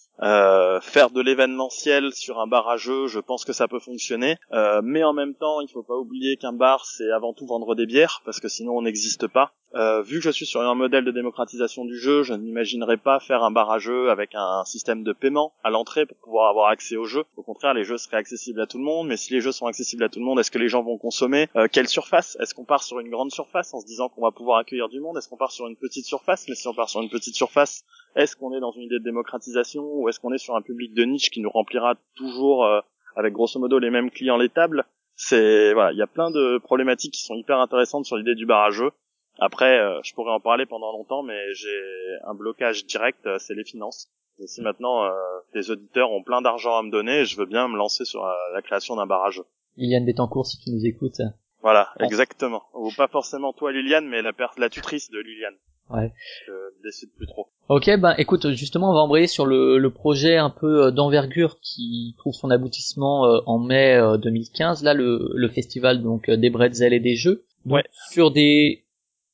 Euh, faire de l'événementiel sur un bar à jeu, je pense que ça peut fonctionner, euh, mais en même temps, il faut pas oublier qu'un bar, c'est avant tout vendre des bières, parce que sinon on n'existe pas. Euh, vu que je suis sur un modèle de démocratisation du jeu, je n'imaginerais pas faire un bar à jeu avec un système de paiement à l'entrée pour pouvoir avoir accès aux jeux. Au contraire, les jeux seraient accessibles à tout le monde, mais si les jeux sont accessibles à tout le monde, est-ce que les gens vont consommer? Euh, quelle surface? Est-ce qu'on part sur une grande surface en se disant qu'on va pouvoir accueillir du monde? Est-ce qu'on part sur une petite surface? Mais si on part sur une petite surface, est-ce qu'on est dans une idée de démocratisation ou est-ce qu'on est sur un public de niche qui nous remplira toujours euh, avec grosso modo les mêmes clients laitables? C'est voilà, il y a plein de problématiques qui sont hyper intéressantes sur l'idée du bar à jeu. Après, euh, je pourrais en parler pendant longtemps, mais j'ai un blocage direct, euh, c'est les finances. Et si maintenant euh, les auditeurs ont plein d'argent à me donner, je veux bien me lancer sur euh, la création d'un bar à jeu. Liliane Bettencourt, si tu nous écoutes. Voilà, ouais. Exactement. Ou pas forcément toi Liliane, mais la, per- la tutrice de Liliane. Ouais. Je décide plus trop. Ok, ben écoute, justement, on va embrayer sur le, le projet un peu d'envergure qui trouve son aboutissement euh, en mai euh, deux mille quinze. Là, le, le festival donc des bretzels et des jeux. Donc, ouais. Sur des,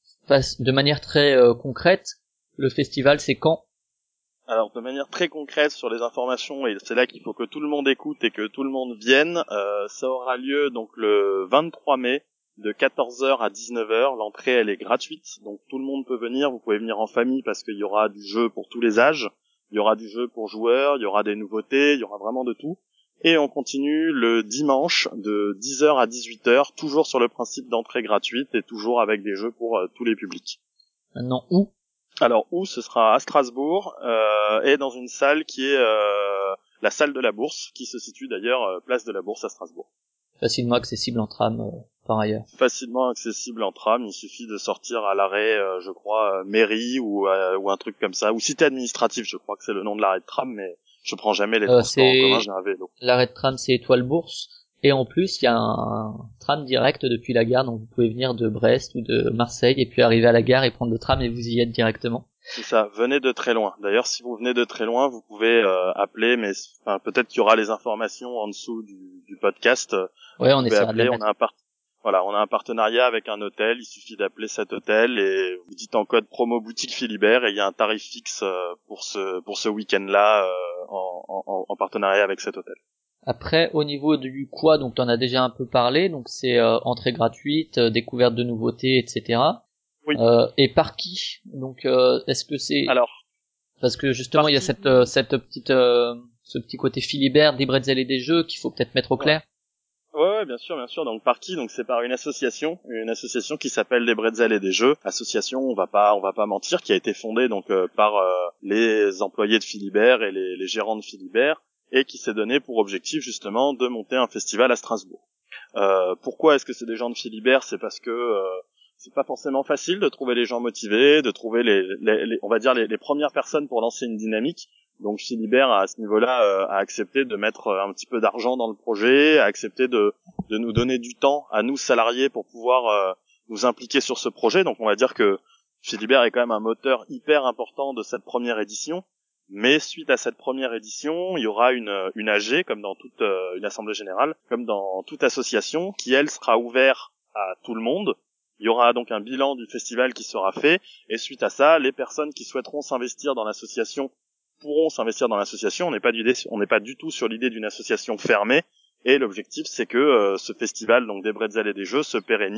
de manière très euh, concrète, le festival, c'est quand? Alors, de manière très concrète sur les informations, et c'est là qu'il faut que tout le monde écoute et que tout le monde vienne. Euh, ça aura lieu donc le vingt-trois mai. De quatorze heures à dix-neuf heures, l'entrée elle est gratuite, donc tout le monde peut venir, vous pouvez venir en famille parce qu'il y aura du jeu pour tous les âges, il y aura du jeu pour joueurs, il y aura des nouveautés, il y aura vraiment de tout. Et on continue le dimanche de dix heures à dix-huit heures, toujours sur le principe d'entrée gratuite et toujours avec des jeux pour euh, tous les publics. Maintenant où? Alors où? Ce sera à Strasbourg euh, et dans une salle qui est euh, la salle de la Bourse, qui se situe d'ailleurs euh, place de la Bourse à Strasbourg. Facilement accessible en tram euh, par ailleurs. Facilement accessible en tram, il suffit de sortir à l'arrêt, euh, je crois, euh, mairie ou euh, ou un truc comme ça, ou cité administrative, je crois que c'est le nom de l'arrêt de tram, mais je prends jamais les euh, transports en commun, j'ai un vélo. L'arrêt de tram c'est Étoile Bourse, et en plus il y a un tram direct depuis la gare, donc vous pouvez venir de Brest ou de Marseille et puis arriver à la gare et prendre le tram et vous y êtes directement. C'est ça, venez de très loin. D'ailleurs, si vous venez de très loin, vous pouvez euh, appeler, mais enfin, peut-être qu'il y aura les informations en dessous du, du podcast. Ouais, vous on pouvez essaiera appeler, de on a un part... Voilà, on a un partenariat avec un hôtel, il suffit d'appeler cet hôtel et vous dites en code promo boutique Philibert et il y a un tarif fixe pour ce pour ce week-end-là euh, en, en, en partenariat avec cet hôtel. Après, au niveau du quoi, donc t'en as déjà un peu parlé, donc c'est euh, entrée gratuite, euh, découverte de nouveautés, et cetera. Oui. Euh, et par qui? Donc, euh, est-ce que c'est... Alors, parce que justement, il y a cette euh, cette petite euh, ce petit côté Philibert, des bretzels et des jeux qu'il faut peut-être mettre au clair. Ouais. Ouais, ouais, bien sûr, bien sûr. Donc par qui? Donc c'est par une association, une association qui s'appelle Les Bretzels et des Jeux. Association, on va pas, on va pas mentir, qui a été fondée donc euh, par euh, les employés de Philibert et les, les gérants de Philibert, et qui s'est donné pour objectif justement de monter un festival à Strasbourg. Euh, pourquoi est-ce que c'est des gens de Philibert? C'est parce que euh, c'est pas forcément facile de trouver les gens motivés, de trouver les, les, les on va dire les, les premières personnes pour lancer une dynamique. Donc Philibert à ce niveau-là euh, a accepté de mettre un petit peu d'argent dans le projet, a accepté de, de nous donner du temps à nous salariés pour pouvoir euh, nous impliquer sur ce projet. Donc on va dire que Philibert est quand même un moteur hyper important de cette première édition. Mais suite à cette première édition, il y aura une, une A G, comme dans toute euh, une assemblée générale, comme dans toute association, qui elle sera ouverte à tout le monde. Il y aura donc un bilan du festival qui sera fait, et suite à ça, les personnes qui souhaiteront s'investir dans l'association pourront s'investir dans l'association. On n'est pas du, on n'est pas du tout sur l'idée d'une association fermée, et l'objectif c'est que euh, ce festival, donc des bretzels et des jeux, se pérennise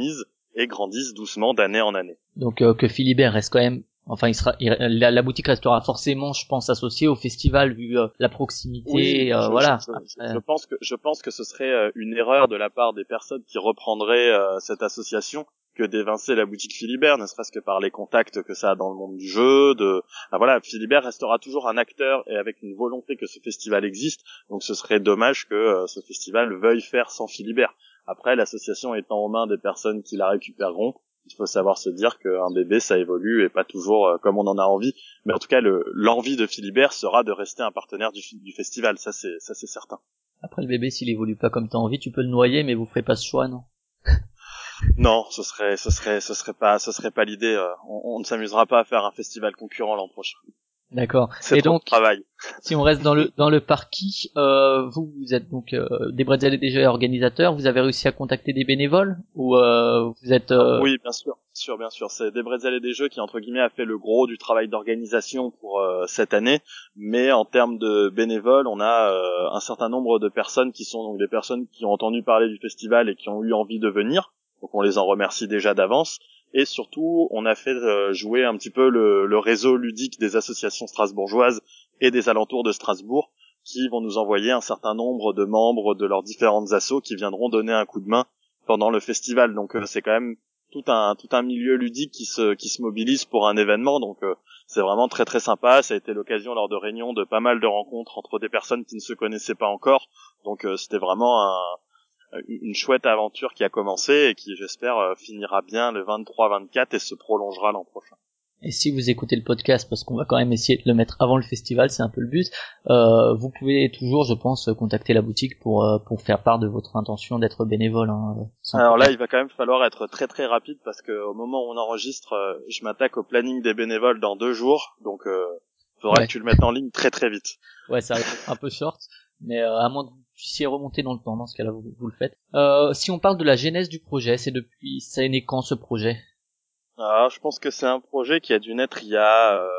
et grandissent doucement d'année en année. Donc euh, que Philibert reste quand même, enfin il sera, il, la, la boutique restera forcément, je pense, associée au festival vu euh, la proximité. Oui, euh, je, voilà. je, je, je pense que je pense que ce serait euh, une erreur de la part des personnes qui reprendraient euh, cette association que d'évincer la boutique Philibert, ne serait-ce que par les contacts que ça a dans le monde du jeu. De, ah, voilà, Philibert restera toujours un acteur et avec une volonté que ce festival existe. Donc ce serait dommage que euh, ce festival veuille faire sans Philibert. Après, l'association étant aux mains des personnes qui la récupéreront, il faut savoir se dire qu'un bébé, ça évolue et pas toujours euh, comme on en a envie. Mais en tout cas, le, l'envie de Philibert sera de rester un partenaire du, du festival. Ça, c'est, ça, c'est certain. Après, le bébé, s'il évolue pas comme t'as envie, tu peux le noyer, mais vous ferez pas ce choix, non? Non, ce serait, ce serait, ce serait pas, ce serait pas l'idée. Euh, on, on ne s'amusera pas à faire un festival concurrent l'an prochain. D'accord. C'est et trop donc, de travail. Si on reste dans le dans le parquis, euh, vous vous êtes donc euh, des Bretzel et des jeux organisateurs. Vous avez réussi à contacter des bénévoles ou euh, vous êtes euh... Oui, bien sûr, bien sûr, bien sûr. C'est des Bretzel et des jeux qui entre guillemets a fait le gros du travail d'organisation pour euh, cette année. Mais en termes de bénévoles, on a euh, un certain nombre de personnes qui sont donc des personnes qui ont entendu parler du festival et qui ont eu envie de venir. Donc on les en remercie déjà d'avance. Et surtout, on a fait euh, jouer un petit peu le, le réseau ludique des associations strasbourgeoises et des alentours de Strasbourg, qui vont nous envoyer un certain nombre de membres de leurs différentes assos qui viendront donner un coup de main pendant le festival. Donc euh, c'est quand même tout un tout un milieu ludique qui se qui se mobilise pour un événement. Donc euh, c'est vraiment très très sympa. Ça a été l'occasion lors de réunions de pas mal de rencontres entre des personnes qui ne se connaissaient pas encore. Donc euh, c'était vraiment un une chouette aventure qui a commencé et qui, j'espère, finira bien le vingt-trois vingt-quatre et se prolongera l'an prochain. Et si vous écoutez le podcast, parce qu'on va quand même essayer de le mettre avant le festival, c'est un peu le but, euh, vous pouvez toujours, je pense, contacter la boutique pour euh, pour faire part de votre intention d'être bénévole. Hein, Alors là, il va quand même falloir être très très rapide parce que au moment où on enregistre, je m'attaque au planning des bénévoles dans deux jours, donc il euh, faudra ouais. que tu le mettes en ligne très très vite. Ouais, ça arrive un peu short, mais euh, à moins que vous puissiez remonter dans le temps, dans ce cas-là, vous, vous le faites. Euh, si on parle de la genèse du projet, c'est depuis, ça est né quand ce projet? Alors, je pense que c'est un projet qui a dû naître il y a, euh,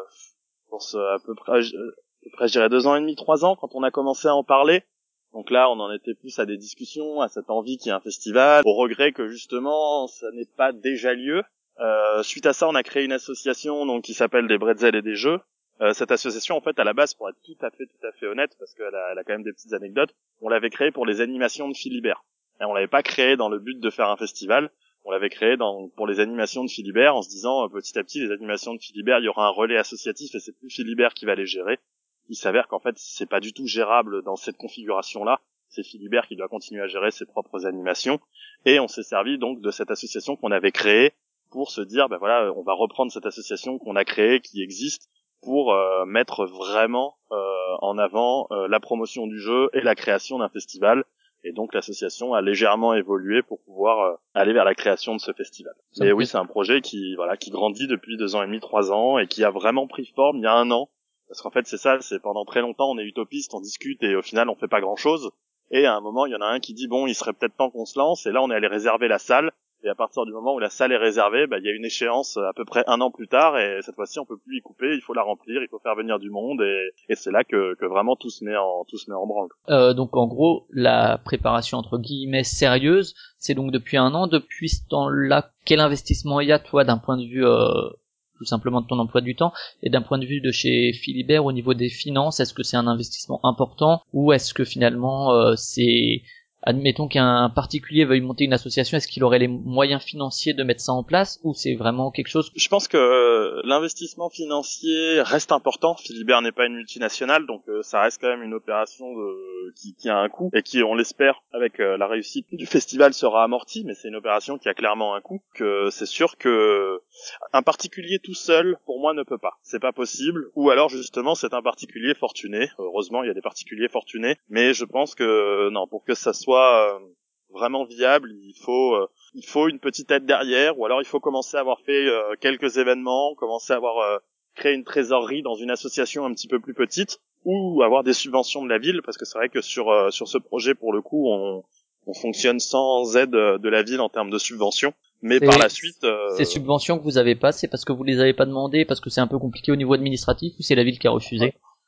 je pense à peu près, je, à peu près, je dirais deux ans et demi, trois ans, quand on a commencé à en parler. Donc là, on en était plus à des discussions, à cette envie qu'il y ait un festival, au regret que justement, ça n'ait pas déjà lieu. Euh, suite à ça, on a créé une association donc qui s'appelle des Bretzel et des Jeux. Euh, cette association, en fait, à la base, pour être tout à fait, tout à fait honnête, parce qu'elle a, elle a quand même des petites anecdotes, on l'avait créée pour les animations de Philibert. Et on l'avait pas créée dans le but de faire un festival. On l'avait créée dans, pour les animations de Philibert, en se disant, euh, petit à petit, les animations de Philibert, il y aura un relais associatif et c'est plus Philibert qui va les gérer. Il s'avère qu'en fait, c'est pas du tout gérable dans cette configuration-là. C'est Philibert qui doit continuer à gérer ses propres animations. Et on s'est servi donc de cette association qu'on avait créée pour se dire, ben voilà, on va reprendre cette association qu'on a créée, qui existe, pour euh, mettre vraiment euh, en avant euh, la promotion du jeu et la création d'un festival. Et donc l'association a légèrement évolué pour pouvoir euh, aller vers la création de ce festival. Ça Mais oui, c'est un projet qui voilà qui grandit depuis deux ans et demi, trois ans et qui a vraiment pris forme il y a un an. Parce qu'en fait c'est ça, c'est pendant très longtemps on est utopiste, on discute et au final on fait pas grand chose. Et à un moment il y en a un qui dit bon il serait peut-être temps qu'on se lance. Et là on est allé réserver la salle. Et à partir du moment où la salle est réservée, bah, il y a une échéance à peu près un an plus tard, et cette fois-ci, on peut plus y couper, il faut la remplir, il faut faire venir du monde, et, et c'est là que, que vraiment tout se met en, tout se met en branle. Euh, donc, en gros, la préparation, entre guillemets, sérieuse, c'est donc depuis un an. Depuis ce temps-là, quel investissement il y a, toi, d'un point de vue, euh, tout simplement de ton emploi du temps, et d'un point de vue de chez Philibert, au niveau des finances, est-ce que c'est un investissement important, ou est-ce que finalement, euh, c'est... Admettons qu'un particulier veuille monter une association, est-ce qu'il aurait les moyens financiers de mettre ça en place ou c'est vraiment quelque chose? Je pense que euh, l'investissement financier reste important. Philibert n'est pas une multinationale, donc euh, ça reste quand même une opération de, qui, qui a un coût et qui, on l'espère, avec euh, la réussite du festival sera amortie, mais c'est une opération qui a clairement un coût. Que c'est sûr que un particulier tout seul, pour moi, ne peut pas. C'est pas possible. Ou alors justement, c'est un particulier fortuné. Heureusement, il y a des particuliers fortunés, mais je pense que non, pour que ça soit soit euh, vraiment viable, il faut euh, il faut une petite aide derrière, ou alors il faut commencer à avoir fait euh, quelques événements, commencer à avoir euh, créé une trésorerie dans une association un petit peu plus petite, ou avoir des subventions de la ville, parce que c'est vrai que sur euh, sur ce projet pour le coup on on fonctionne sans aide de la ville en termes de subventions, mais c'est, par la suite euh... ces subventions que vous avez pas, c'est parce que vous les avez pas demandées, parce que c'est un peu compliqué au niveau administratif, ou c'est la ville qui a refusé? Ouais.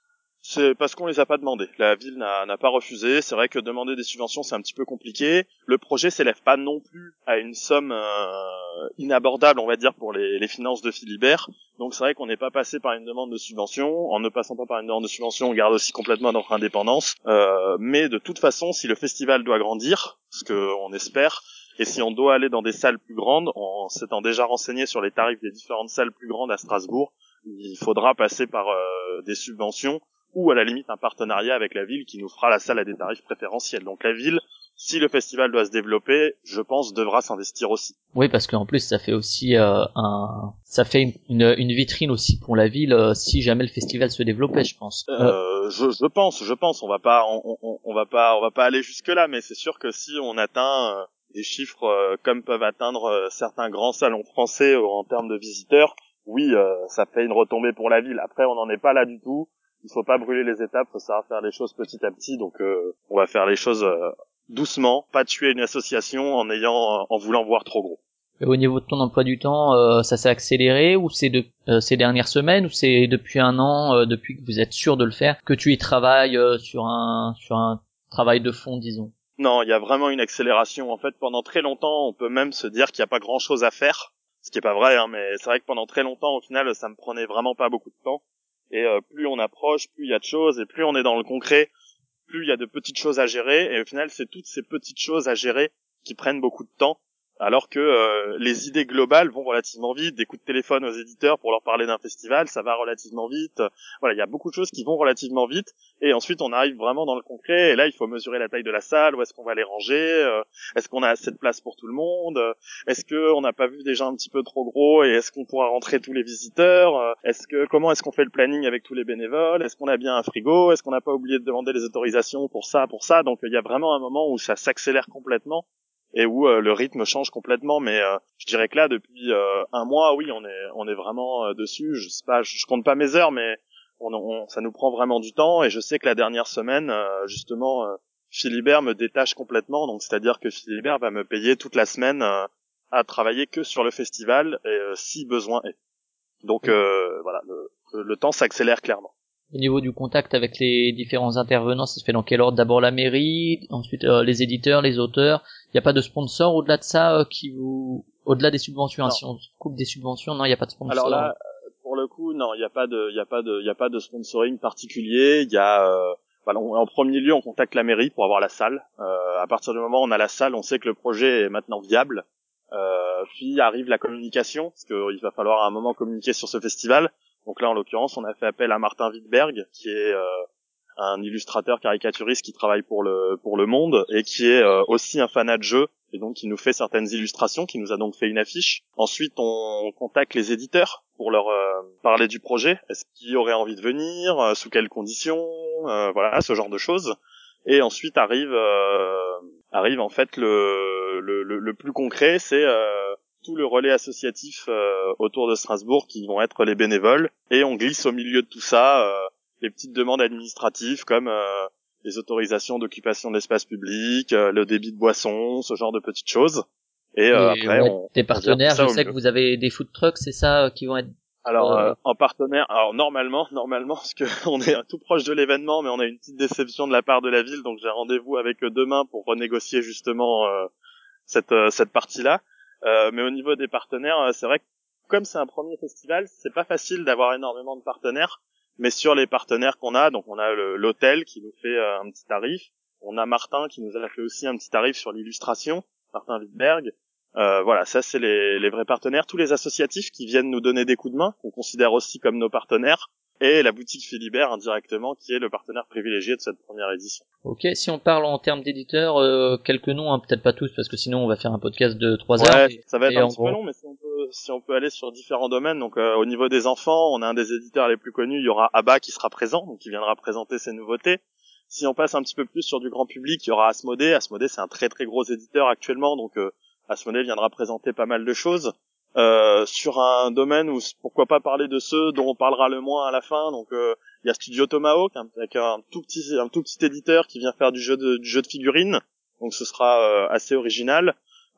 C'est parce qu'on les a pas demandé. La ville n'a, n'a pas refusé. C'est vrai que demander des subventions, c'est un petit peu compliqué. Le projet s'élève pas non plus à une somme euh, inabordable, on va dire, pour les, les finances de Philibert. Donc c'est vrai qu'on n'est pas passé par une demande de subvention. En ne passant pas par une demande de subvention, on garde aussi complètement notre indépendance. Euh, mais de toute façon, si le festival doit grandir, ce qu'on espère, et si on doit aller dans des salles plus grandes, en s'étant déjà renseigné sur les tarifs des différentes salles plus grandes à Strasbourg, il faudra passer par euh, des subventions ou à la limite un partenariat avec la ville qui nous fera la salle à des tarifs préférentiels. Donc la ville, si le festival doit se développer, je pense devra s'investir aussi. Oui, parce qu'en plus ça fait aussi euh, un, ça fait une, une, une vitrine aussi pour la ville euh, si jamais le festival se développait, je pense. Euh, euh... Je, je pense, je pense, on va pas, on, on, on va pas, on va pas aller jusque là, mais c'est sûr que si on atteint euh, des chiffres euh, comme peuvent atteindre euh, certains grands salons français euh, en termes de visiteurs, oui, euh, ça fait une retombée pour la ville. Après, on n'en est pas là du tout. Il faut pas brûler les étapes, faut savoir faire les choses petit à petit. Donc, euh, on va faire les choses euh, doucement, pas tuer une association en ayant, en voulant voir trop gros. Et au niveau de ton emploi du temps, euh, ça s'est accéléré ou c'est de euh, ces dernières semaines ou c'est depuis un an, euh, depuis que vous êtes sûr de le faire, que tu y travailles euh, sur un sur un travail de fond, disons? Non, il y a vraiment une accélération. En fait, pendant très longtemps, on peut même se dire qu'il n'y a pas grand-chose à faire, ce qui est pas vrai, hein, mais c'est vrai que pendant très longtemps, au final, ça me prenait vraiment pas beaucoup de temps. Et euh, plus on approche, plus il y a de choses, et plus on est dans le concret, plus il y a de petites choses à gérer, et au final, c'est toutes ces petites choses à gérer qui prennent beaucoup de temps, alors que euh, les idées globales vont relativement vite, des coups de téléphone aux éditeurs pour leur parler d'un festival, ça va relativement vite. Voilà, il y a beaucoup de choses qui vont relativement vite, et ensuite on arrive vraiment dans le concret, et là il faut mesurer la taille de la salle, où est-ce qu'on va les ranger, euh, est-ce qu'on a assez de place pour tout le monde, euh, est-ce que on n'a pas vu déjà un petit peu trop gros, et est-ce qu'on pourra rentrer tous les visiteurs, euh, est-ce que comment est-ce qu'on fait le planning avec tous les bénévoles, est-ce qu'on a bien un frigo, est-ce qu'on n'a pas oublié de demander les autorisations pour ça, pour ça. Donc il y a vraiment un moment où ça s'accélère complètement et où euh, le rythme change complètement, mais euh, je dirais que là depuis euh, un mois, oui, on est on est vraiment euh, dessus. Je sais pas, je, je compte pas mes heures, mais on, on, ça nous prend vraiment du temps. Et je sais que la dernière semaine, euh, justement, euh, Philibert me détache complètement, donc c'est-à-dire que Philibert va me payer toute la semaine euh, à travailler que sur le festival, et euh, si besoin est. Donc euh, voilà, le, le temps s'accélère clairement. Au niveau du contact avec les différents intervenants, ça se fait dans quel ordre? D'abord la mairie, ensuite euh, les éditeurs, les auteurs. Il n'y a pas de sponsor au-delà de ça euh, qui vous, au-delà des subventions. Hein, si on coupe des subventions, non, il n'y a pas de sponsor. Alors là, pour le coup, non, il n'y a pas de, il y a pas de, il y a pas de sponsoring particulier. Il y a, euh, voilà, on, en premier lieu, on contacte la mairie pour avoir la salle. Euh, à partir du moment où on a la salle, on sait que le projet est maintenant viable. Euh, puis arrive la communication, parce qu'il va falloir à un moment communiquer sur ce festival. Donc là, en l'occurrence, on a fait appel à Martin Wittberg, qui est euh, un illustrateur caricaturiste qui travaille pour le pour le Monde et qui est euh, aussi un fanat de jeu, et donc qui nous fait certaines illustrations, qui nous a donc fait une affiche. Ensuite, on contacte les éditeurs pour leur euh, parler du projet. Est-ce qu'ils auraient envie de venir, euh, sous quelles conditions, euh, voilà, ce genre de choses. Et ensuite arrive euh, arrive en fait le le, le, le plus concret, c'est euh, tout le relais associatif euh, autour de Strasbourg qui vont être les bénévoles, et on glisse au milieu de tout ça euh, les petites demandes administratives comme euh, les autorisations d'occupation de l'espace public, euh, le débit de boissons, ce genre de petites choses. Et, et euh, après, ouais, on, des on partenaires, je sais mieux. que vous avez des food trucks, c'est ça, euh, qui vont être... Alors euh... euh, en partenaire, alors normalement, normalement, parce que on est tout proche de l'événement, mais on a une petite déception de la part de la ville, donc j'ai rendez-vous avec eux demain pour renégocier justement euh, cette euh, cette partie-là. Euh, mais au niveau des partenaires, c'est vrai que comme c'est un premier festival, c'est pas facile d'avoir énormément de partenaires. Mais sur les partenaires qu'on a, donc on a le, l'hôtel qui nous fait euh, un petit tarif, on a Martin qui nous a fait aussi un petit tarif sur l'illustration, Martin Wittberg. Euh, voilà, ça c'est les, les vrais partenaires. Tous les associatifs qui viennent nous donner des coups de main, qu'on considère aussi comme nos partenaires, et la boutique Philibert indirectement, qui est le partenaire privilégié de cette première édition. Ok, si on parle en termes d'éditeurs, euh, quelques noms, hein, peut-être pas tous, parce que sinon on va faire un podcast de trois ouais, heures. Ça va être un petit gros... peu long, mais si on peut, si on peut aller sur différents domaines. Donc euh, au niveau des enfants, on a un des éditeurs les plus connus, il y aura Abba qui sera présent, donc qui viendra présenter ses nouveautés. Si on passe un petit peu plus sur du grand public, il y aura Asmodée. Asmodée, c'est un très très gros éditeur actuellement, donc euh, Asmodée viendra présenter pas mal de choses. Euh, sur un domaine où pourquoi pas parler de ceux dont on parlera le moins à la fin, donc euh, il y a Studio Tomahawk avec un tout petit un tout petit éditeur qui vient faire du jeu de du jeu de figurines, donc ce sera euh, assez original.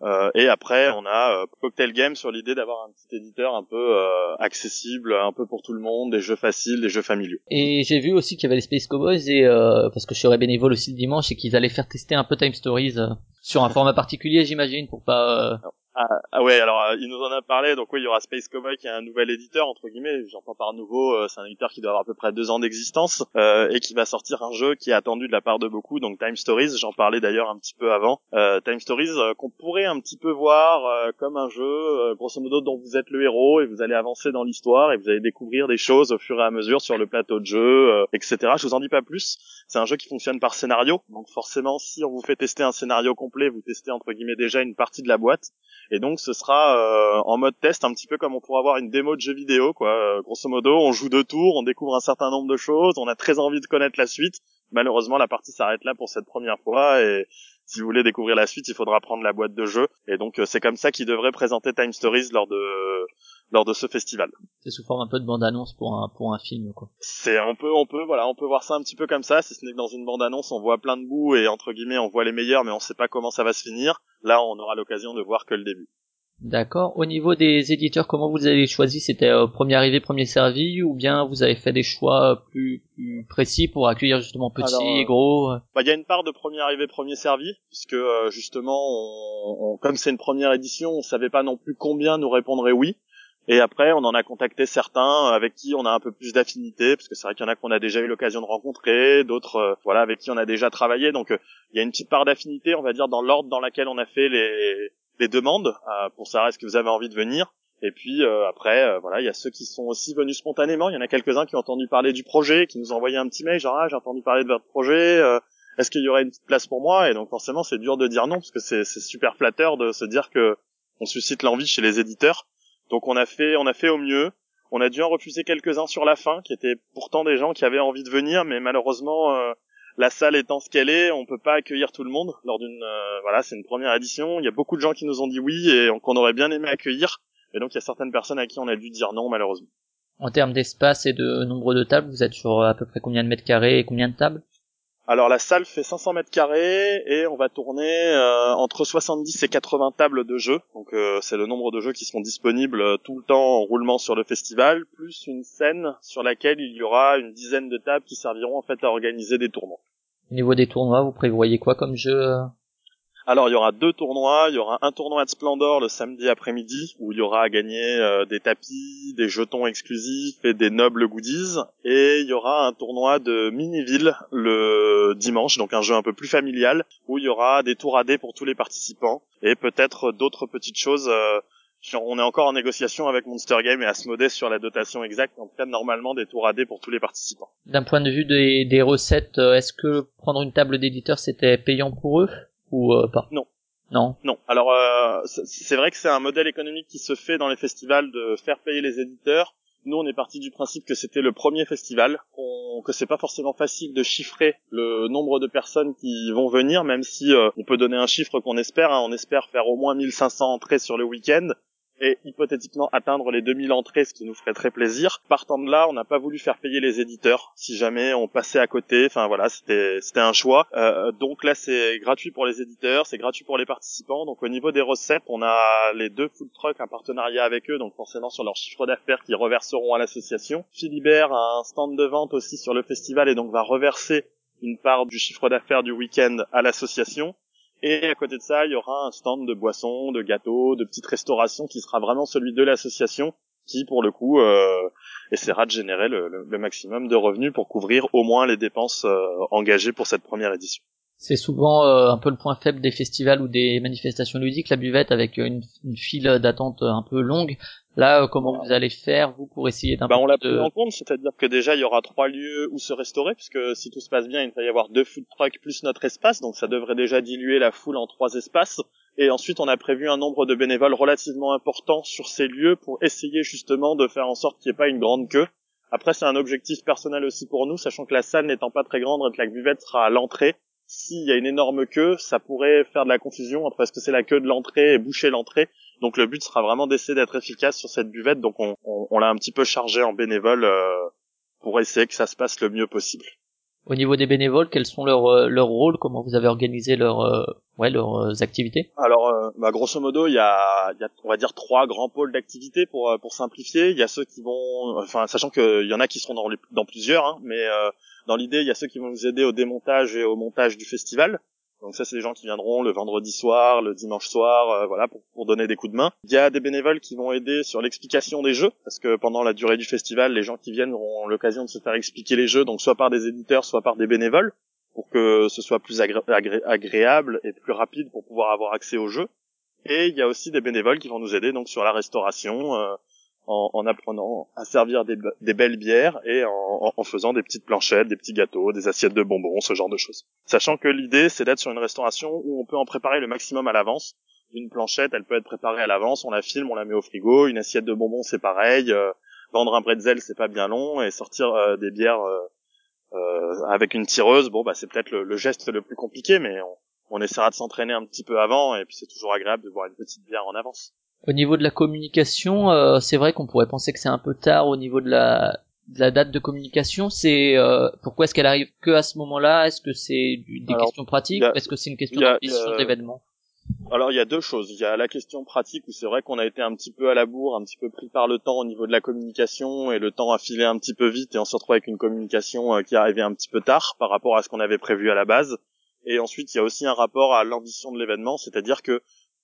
Euh, et après, on a euh, Cocktail Game sur l'idée d'avoir un petit éditeur un peu euh, accessible, un peu pour tout le monde, des jeux faciles, des jeux familiaux. Et j'ai vu aussi qu'il y avait les Space Cowboys, et euh, parce que je serai bénévole aussi le dimanche, et qu'ils allaient faire tester un peu Time Stories euh, sur un format particulier, j'imagine, pour pas... Euh... Ah, ah ouais, alors euh, il nous en a parlé, donc oui, il y aura Space Cowboy qui est un nouvel éditeur, entre guillemets, j'entends par nouveau, euh, c'est un éditeur qui doit avoir à peu près deux ans d'existence, euh, et qui va sortir un jeu qui est attendu de la part de beaucoup, donc Time Stories, j'en parlais d'ailleurs un petit peu avant, euh, Time Stories euh, qu'on pourrait un petit peu voir euh, comme un jeu, euh, grosso modo, dont vous êtes le héros, et vous allez avancer dans l'histoire, et vous allez découvrir des choses au fur et à mesure sur le plateau de jeu, euh, et cetera. Je vous en dis pas plus, c'est un jeu qui fonctionne par scénario, donc forcément, si on vous fait tester un scénario complet, vous testez entre guillemets déjà une partie de la boîte, et donc ce sera euh, en mode test, un petit peu comme on pourrait avoir une démo de jeu vidéo, quoi. Euh, grosso modo, on joue deux tours, on découvre un certain nombre de choses, on a très envie de connaître la suite. Malheureusement, la partie s'arrête là pour cette première fois, et si vous voulez découvrir la suite, il faudra prendre la boîte de jeu. Et donc euh, c'est comme ça qu'ils devraient présenter Time Stories lors de lors de ce festival. C'est sous forme un peu de bande-annonce pour un pour un film, quoi. C'est on peut on peut voilà on peut voir ça un petit peu comme ça, si ce n'est que dans une bande-annonce on voit plein de bouts et entre guillemets on voit les meilleurs, mais on sait pas comment ça va se finir. Là, on aura l'occasion de voir que le début. D'accord. Au niveau des éditeurs, comment vous avez choisi? C'était euh, premier arrivé, premier servi, ou bien vous avez fait des choix plus, plus précis pour accueillir justement petits, Alors, euh, gros? Bah, il y a une part de premier arrivé, premier servi, puisque euh, justement, on, on, comme c'est une première édition, on savait pas non plus combien nous répondraient oui. Et après, on en a contacté certains avec qui on a un peu plus d'affinité, parce que c'est vrai qu'il y en a qu'on a déjà eu l'occasion de rencontrer, d'autres, euh, voilà, avec qui on a déjà travaillé. Donc, euh, il y a une petite part d'affinité, on va dire, dans l'ordre dans laquelle on a fait les les demandes euh, pour savoir est-ce que vous avez envie de venir. Et puis euh, après, euh, voilà, il y a ceux qui sont aussi venus spontanément. Il y en a quelques-uns qui ont entendu parler du projet, qui nous ont envoyé un petit mail, genre ah j'ai entendu parler de votre projet. Euh, est-ce qu'il y aurait une petite place pour moi? Et donc forcément, c'est dur de dire non, parce que c'est, c'est super flatteur de se dire que on suscite l'envie chez les éditeurs. Donc on a fait, on a fait au mieux. On a dû en refuser quelques-uns sur la fin, qui étaient pourtant des gens qui avaient envie de venir, mais malheureusement. Euh, La salle étant ce qu'elle est, on peut pas accueillir tout le monde lors d'une euh, voilà, c'est une première édition, il y a beaucoup de gens qui nous ont dit oui et qu'on aurait bien aimé accueillir, et donc il y a certaines personnes à qui on a dû dire non malheureusement. En termes d'espace et de nombre de tables, vous êtes sur à peu près combien de mètres carrés et combien de tables? Alors la salle fait cinq cents mètres carrés et on va tourner euh, entre soixante-dix et quatre-vingts tables de jeu. Donc euh, c'est le nombre de jeux qui seront disponibles euh, tout le temps en roulement sur le festival, plus une scène sur laquelle il y aura une dizaine de tables qui serviront en fait à organiser des tournois. Au niveau des tournois, vous prévoyez quoi comme jeu? Alors il y aura deux tournois, il y aura un tournoi de Splendor le samedi après-midi où il y aura à gagner euh, des tapis, des jetons exclusifs et des nobles goodies, et il y aura un tournoi de Miniville le dimanche, donc un jeu un peu plus familial où il y aura des tours à dés pour tous les participants et peut-être d'autres petites choses. Euh, on est encore en négociation avec Monster Game et Asmodee sur la dotation exacte, en tout cas normalement des tours à dés pour tous les participants. D'un point de vue des, des recettes, est-ce que prendre une table d'éditeur c'était payant pour eux? Ou euh, pas? Non. Non. Non. Alors euh, c'est vrai que c'est un modèle économique qui se fait dans les festivals de faire payer les éditeurs. Nous, on est parti du principe que c'était le premier festival, qu'on, que c'est pas forcément facile de chiffrer le nombre de personnes qui vont venir, même si euh, on peut donner un chiffre qu'on espère. Hein, on espère faire au moins mille cinq cents entrées sur le week-end. Et hypothétiquement atteindre les deux mille entrées, ce qui nous ferait très plaisir. Partant de là, on n'a pas voulu faire payer les éditeurs si jamais on passait à côté. Enfin voilà, c'était c'était un choix. Euh, donc là, c'est gratuit pour les éditeurs, c'est gratuit pour les participants. Donc au niveau des recettes, on a les deux food trucks, un partenariat avec eux, donc forcément sur leur chiffre d'affaires qu'ils reverseront à l'association. Philibert a un stand de vente aussi sur le festival et donc va reverser une part du chiffre d'affaires du week-end à l'association. Et à côté de ça, il y aura un stand de boissons, de gâteaux, de petites restaurations qui sera vraiment celui de l'association qui, pour le coup, euh, essaiera de générer le, le, le maximum de revenus pour couvrir au moins les dépenses euh, engagées pour cette première édition. C'est souvent euh, un peu le point faible des festivals ou des manifestations ludiques, la buvette avec une, une file d'attente un peu longue. Là, euh, comment vous allez faire, vous, pour essayer d'un bah, peu on l'a de... pris en compte, c'est-à-dire que déjà, il y aura trois lieux où se restaurer, puisque si tout se passe bien, il va y avoir deux food trucks plus notre espace, donc ça devrait déjà diluer la foule en trois espaces. Et ensuite, on a prévu un nombre de bénévoles relativement important sur ces lieux pour essayer justement de faire en sorte qu'il n'y ait pas une grande queue. Après, c'est un objectif personnel aussi pour nous, sachant que la salle n'étant pas très grande et que la buvette sera à l'entrée. S'il y a une énorme queue, ça pourrait faire de la confusion entre est-ce que c'est la queue de l'entrée et boucher l'entrée. Donc le but sera vraiment d'essayer d'être efficace sur cette buvette. Donc on, on, on l'a un petit peu chargé en bénévole euh, pour essayer que ça se passe le mieux possible. Au niveau des bénévoles, quels sont leurs euh, leurs rôles, comment vous avez organisé leurs euh, ouais leurs euh, activités? Alors, euh, bah, grosso modo, il y a, il y a, on va dire trois grands pôles d'activités pour euh, pour simplifier. Il y a ceux qui vont, enfin, sachant qu'il y en a qui seront dans les, dans plusieurs, hein, mais euh, dans l'idée, il y a ceux qui vont nous aider au démontage et au montage du festival. Donc ça, c'est des gens qui viendront le vendredi soir, le dimanche soir, euh, voilà, pour, pour donner des coups de main. Il y a des bénévoles qui vont aider sur l'explication des jeux, parce que pendant la durée du festival, les gens qui viennent auront l'occasion de se faire expliquer les jeux, donc soit par des éditeurs, soit par des bénévoles, pour que ce soit plus agré- agré- agréable et plus rapide pour pouvoir avoir accès aux jeux. Et il y a aussi des bénévoles qui vont nous aider donc sur la restauration, euh, en, en apprenant à servir des, des belles bières et en, en faisant des petites planchettes, des petits gâteaux, des assiettes de bonbons, ce genre de choses. Sachant que l'idée, c'est d'être sur une restauration où on peut en préparer le maximum à l'avance. Une planchette, elle peut être préparée à l'avance, on la filme, on la met au frigo. Une assiette de bonbons, c'est pareil. Euh, vendre un bretzel, c'est pas bien long. Et sortir euh, des bières euh, euh, avec une tireuse, bon, bah c'est peut-être le, le geste le plus compliqué, mais on, on essaiera de s'entraîner un petit peu avant. Et puis c'est toujours agréable de boire une petite bière en avance. Au niveau de la communication, euh, c'est vrai qu'on pourrait penser que c'est un peu tard au niveau de la, de la date de communication. C'est euh, pourquoi est-ce qu'elle arrive que à ce moment-là? Est-ce que c'est du, des Alors, questions pratiques? y a, Ou est-ce que c'est une question y a, d'ambition de euh, l'événement? alors il y a deux choses. Il y a la question pratique où c'est vrai qu'on a été un petit peu à la bourre, un petit peu pris par le temps au niveau de la communication et le temps a filé un petit peu vite et on se retrouve avec une communication euh, qui arrivait un petit peu tard par rapport à ce qu'on avait prévu à la base. Et ensuite il y a aussi un rapport à l'ambition de l'événement, c'est-à-dire que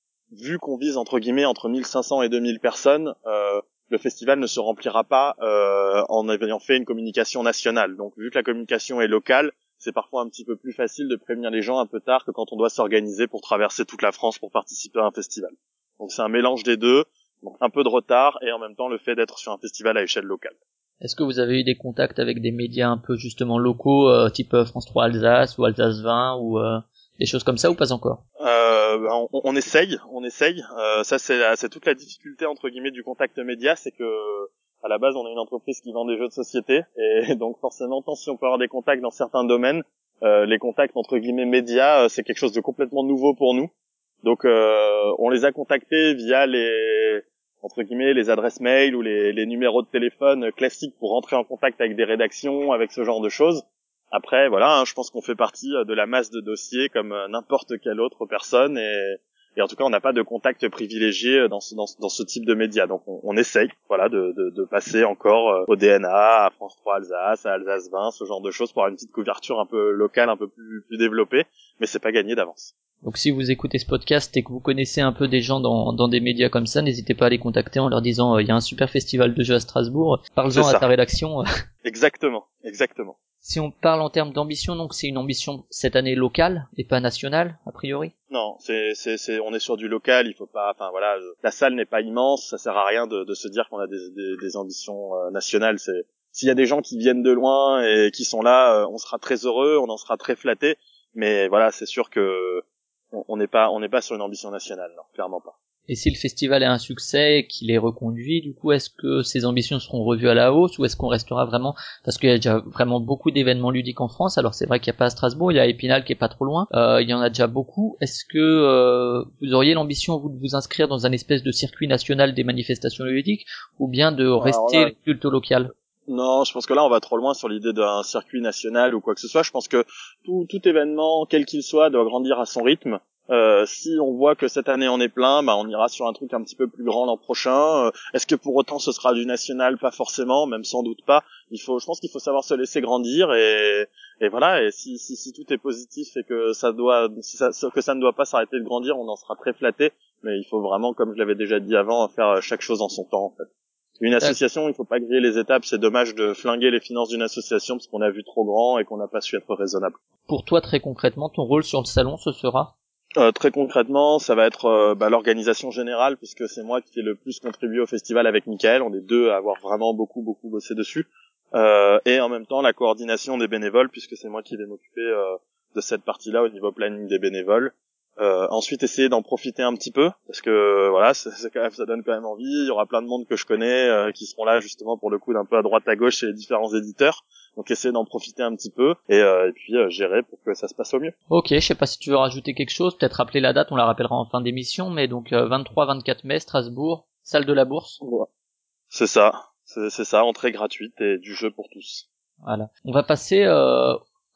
vu qu'on vise entre guillemets entre mille cinq cents et deux mille personnes, euh, le festival ne se remplira pas euh, en ayant fait une communication nationale. Donc vu que la communication est locale, c'est parfois un petit peu plus facile de prévenir les gens un peu tard que quand on doit s'organiser pour traverser toute la France pour participer à un festival. Donc c'est un mélange des deux, donc un peu de retard et en même temps le fait d'être sur un festival à échelle locale. Est-ce que vous avez eu des contacts avec des médias un peu justement locaux, euh, type euh, France trois Alsace ou Alsace vingt ou euh, des choses comme ça ou pas encore? Euh, on, on essaye, on essaye. Euh, ça c'est, c'est toute la difficulté entre guillemets du contact média, c'est que à la base on est une entreprise qui vend des jeux de société et donc forcément tant si on peut avoir des contacts dans certains domaines, euh, les contacts entre guillemets médias c'est quelque chose de complètement nouveau pour nous. Donc euh, on les a contactés via les entre guillemets les adresses mail ou les, les numéros de téléphone classiques pour rentrer en contact avec des rédactions, avec ce genre de choses. Après, voilà, hein, je pense qu'on fait partie de la masse de dossiers comme n'importe quelle autre personne et, et en tout cas, on n'a pas de contact privilégié dans ce, dans, dans ce type de médias. Donc, on, on essaye, voilà, de, de, de passer encore au D N A, à France trois Alsace, à Alsace vingt, ce genre de choses pour avoir une petite couverture un peu locale, un peu plus, plus développée, mais c'est pas gagné d'avance. Donc si vous écoutez ce podcast et que vous connaissez un peu des gens dans, dans des médias comme ça, n'hésitez pas à les contacter en leur disant il euh, y a un super festival de jeux à Strasbourg, parle-en à ta rédaction. Exactement, exactement. Si on parle en termes d'ambition, donc c'est une ambition cette année locale et pas nationale, a priori? Non, c'est, c'est, c'est, on est sur du local, il faut pas, enfin voilà, la salle n'est pas immense, ça sert à rien de, de se dire qu'on a des, des, des ambitions euh, nationales. C'est, s'il y a des gens qui viennent de loin et qui sont là, euh, on sera très heureux, on en sera très flatté, mais voilà, c'est sûr que on n'est pas, on n'est pas sur une ambition nationale, non, clairement pas. Et si le festival est un succès et qu'il est reconduit, du coup, est-ce que ces ambitions seront revues à la hausse ou est-ce qu'on restera vraiment, parce qu'il y a déjà vraiment beaucoup d'événements ludiques en France, alors c'est vrai qu'il n'y a pas à Strasbourg, il y a Épinal qui est pas trop loin, euh, il y en a déjà beaucoup. Est-ce que euh, vous auriez l'ambition, vous, de vous inscrire dans un espèce de circuit national des manifestations ludiques ou bien de rester là, plutôt local? Non, je pense que là, on va trop loin sur l'idée d'un circuit national ou quoi que ce soit. Je pense que tout, tout événement, quel qu'il soit, doit grandir à son rythme. Euh, si on voit que cette année on est plein, bah on ira sur un truc un petit peu plus grand l'an prochain. Euh, est-ce que pour autant ce sera du national? Pas forcément, même sans doute pas. Il faut, je pense qu'il faut savoir se laisser grandir et, et voilà. Et si, si, si tout est positif et que ça doit, si ça, que ça ne doit pas s'arrêter de grandir, on en sera très flatté. Mais il faut vraiment, comme je l'avais déjà dit avant, faire chaque chose en son temps en fait. Une association, il faut pas griller les étapes, c'est dommage de flinguer les finances d'une association parce qu'on a vu trop grand et qu'on n'a pas su être raisonnable. Pour toi, très concrètement, ton rôle sur le salon, ce sera? Euh, très concrètement, ça va être euh, bah, l'organisation générale, puisque c'est moi qui ai le plus contribué au festival avec Mickaël. On est deux à avoir vraiment beaucoup, beaucoup bossé dessus. Euh, et en même temps, la coordination des bénévoles, puisque c'est moi qui vais m'occuper euh, de cette partie-là au niveau planning des bénévoles. Euh, ensuite, essayer d'en profiter un petit peu, parce que voilà, c'est, c'est quand même, ça donne quand même envie. Il y aura plein de monde que je connais euh, qui seront là justement pour le coup d'un peu à droite à gauche chez les différents éditeurs. Donc essayer d'en profiter un petit peu et, euh, et puis euh, gérer pour que ça se passe au mieux. Ok, je sais pas si tu veux rajouter quelque chose, peut-être rappeler la date, on la rappellera en fin d'émission, mais donc euh, vingt-trois vingt-quatre mai, Strasbourg, salle de la Bourse. Ouais. C'est ça, c'est, c'est ça, entrée gratuite et du jeu pour tous. Voilà. On va passer euh,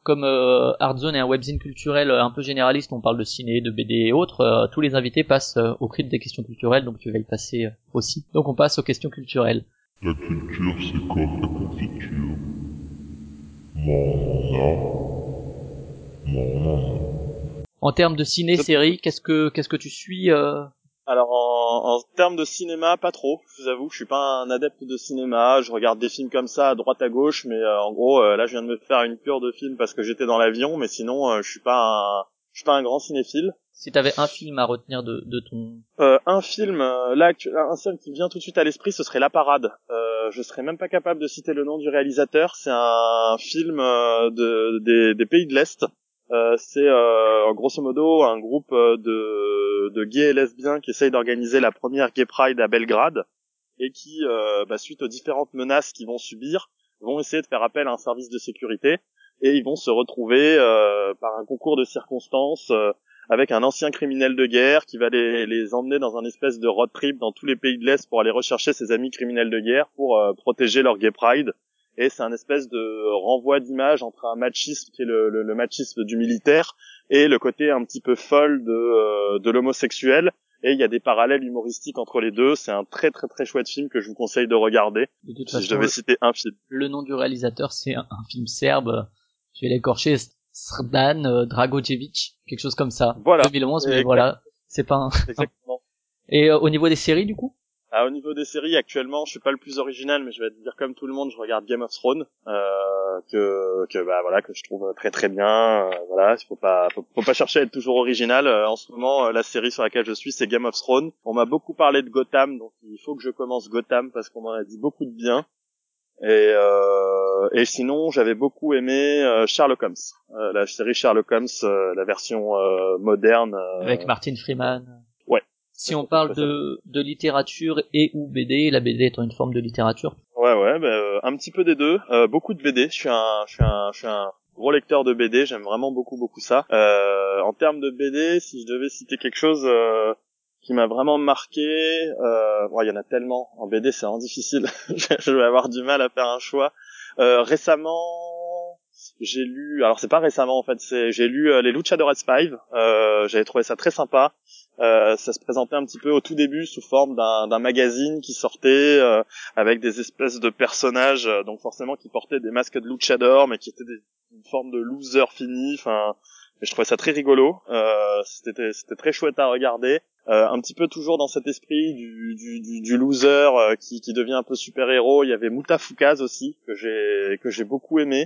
comme euh, Artzone est un webzine culturel un peu généraliste, on parle de ciné, de B D et autres, euh, tous les invités passent euh, au cri des questions culturelles, donc tu vas y passer euh, aussi. Donc on passe aux questions culturelles. La culture, c'est comme la confiture. Mon Mon En termes de ciné, série, qu'est-ce que qu'est-ce que tu suis euh... Alors en, en termes de cinéma, pas trop. Je vous avoue, je suis pas un adepte de cinéma. Je regarde des films comme ça à droite à gauche, mais euh, en gros, euh, là, je viens de me faire une cure de films parce que j'étais dans l'avion, mais sinon, euh, je suis pas un, je suis pas un grand cinéphile. Si t'avais un film à retenir de, de ton... Euh, un film, euh, là, un seul qui me vient tout de suite à l'esprit, ce serait La Parade. Euh, je serais même pas capable de citer le nom du réalisateur. C'est un film euh, de, des, des pays de l'Est. Euh, c'est euh, grosso modo un groupe de, de gays et lesbiens qui essayent d'organiser la première Gay Pride à Belgrade et qui, euh, bah, suite aux différentes menaces qu'ils vont subir, vont essayer de faire appel à un service de sécurité et ils vont se retrouver euh, par un concours de circonstances euh, avec un ancien criminel de guerre qui va les, les emmener dans un espèce de road trip dans tous les pays de l'Est pour aller rechercher ses amis criminels de guerre pour euh, protéger leur Gay Pride. Et c'est un espèce de renvoi d'image entre un machisme qui est le, le, le machisme du militaire et le côté un petit peu folle de, euh, de l'homosexuel. Et il y a des parallèles humoristiques entre les deux. C'est un très très très chouette film que je vous conseille de regarder. De toute si façon, je devais citer un film. Le nom du réalisateur, c'est un, un film serbe. Je vais l'écorcher, Srdan euh, Dragojevic, quelque chose comme ça. Voilà. deux mille onze, mais Exactement. voilà, c'est pas un... Exactement. Et euh, au niveau des séries, du coup? Ah, au niveau des séries, actuellement, je suis pas le plus original, mais je vais te dire comme tout le monde, je regarde Game of Thrones, euh, que, que, bah, voilà, que je trouve très très bien, euh, voilà, il faut pas, faut, faut pas chercher à être toujours original. Euh, en ce moment, euh, la série sur laquelle je suis, c'est Game of Thrones. On m'a beaucoup parlé de Gotham, donc il faut que je commence Gotham parce qu'on m'en a dit beaucoup de bien. Et, euh, et sinon, j'avais beaucoup aimé euh, Sherlock Holmes, euh, la série Sherlock Holmes, euh, la version euh, moderne. Euh, Avec Martin Freeman. Ouais. Si on parle de, de littérature et ou B D, la B D étant une forme de littérature. Ouais, ouais, bah, euh, un petit peu des deux. Euh, beaucoup de B D. Je suis un, je suis un, je suis un gros lecteur de B D. J'aime vraiment beaucoup, beaucoup ça. Euh, en termes de B D, si je devais citer quelque chose euh, qui m'a vraiment marqué, euh, bon, il y en a tellement. En B D, c'est vraiment difficile. Je vais avoir du mal à faire un choix. Euh, récemment, j'ai lu. Alors, c'est pas récemment en fait. C'est j'ai lu euh, les Luchadores cinq. Euh, j'avais trouvé ça très sympa. Euh, ça se présentait un petit peu au tout début sous forme d'un, d'un magazine qui sortait euh, avec des espèces de personnages, euh, donc forcément qui portaient des masques de luchador, mais qui étaient des, une forme de loser fini. Enfin, je trouvais ça très rigolo. Euh, c'était, c'était très chouette à regarder. Euh, un petit peu toujours dans cet esprit du, du, du, du loser euh, qui, qui devient un peu super héros. Il y avait Mutafoukaz aussi que j'ai que j'ai beaucoup aimé.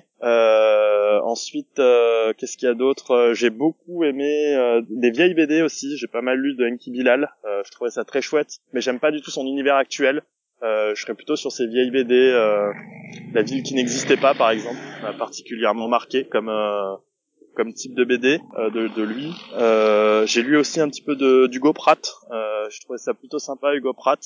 Euh, ensuite, euh, qu'est-ce qu'il y a d'autre? J'ai beaucoup aimé euh, des vieilles B D aussi. J'ai pas mal lu de Enki Bilal. Euh, je trouvais ça très chouette, mais j'aime pas du tout son univers actuel. Euh, je serais plutôt sur ces vieilles B D. Euh, La ville qui n'existait pas, par exemple, m'a particulièrement marqué comme euh, comme type de B D euh, de, de lui. Euh, j'ai lu aussi un petit peu de d'Hugo Pratt. Euh, je trouvais ça plutôt sympa, Hugo Pratt.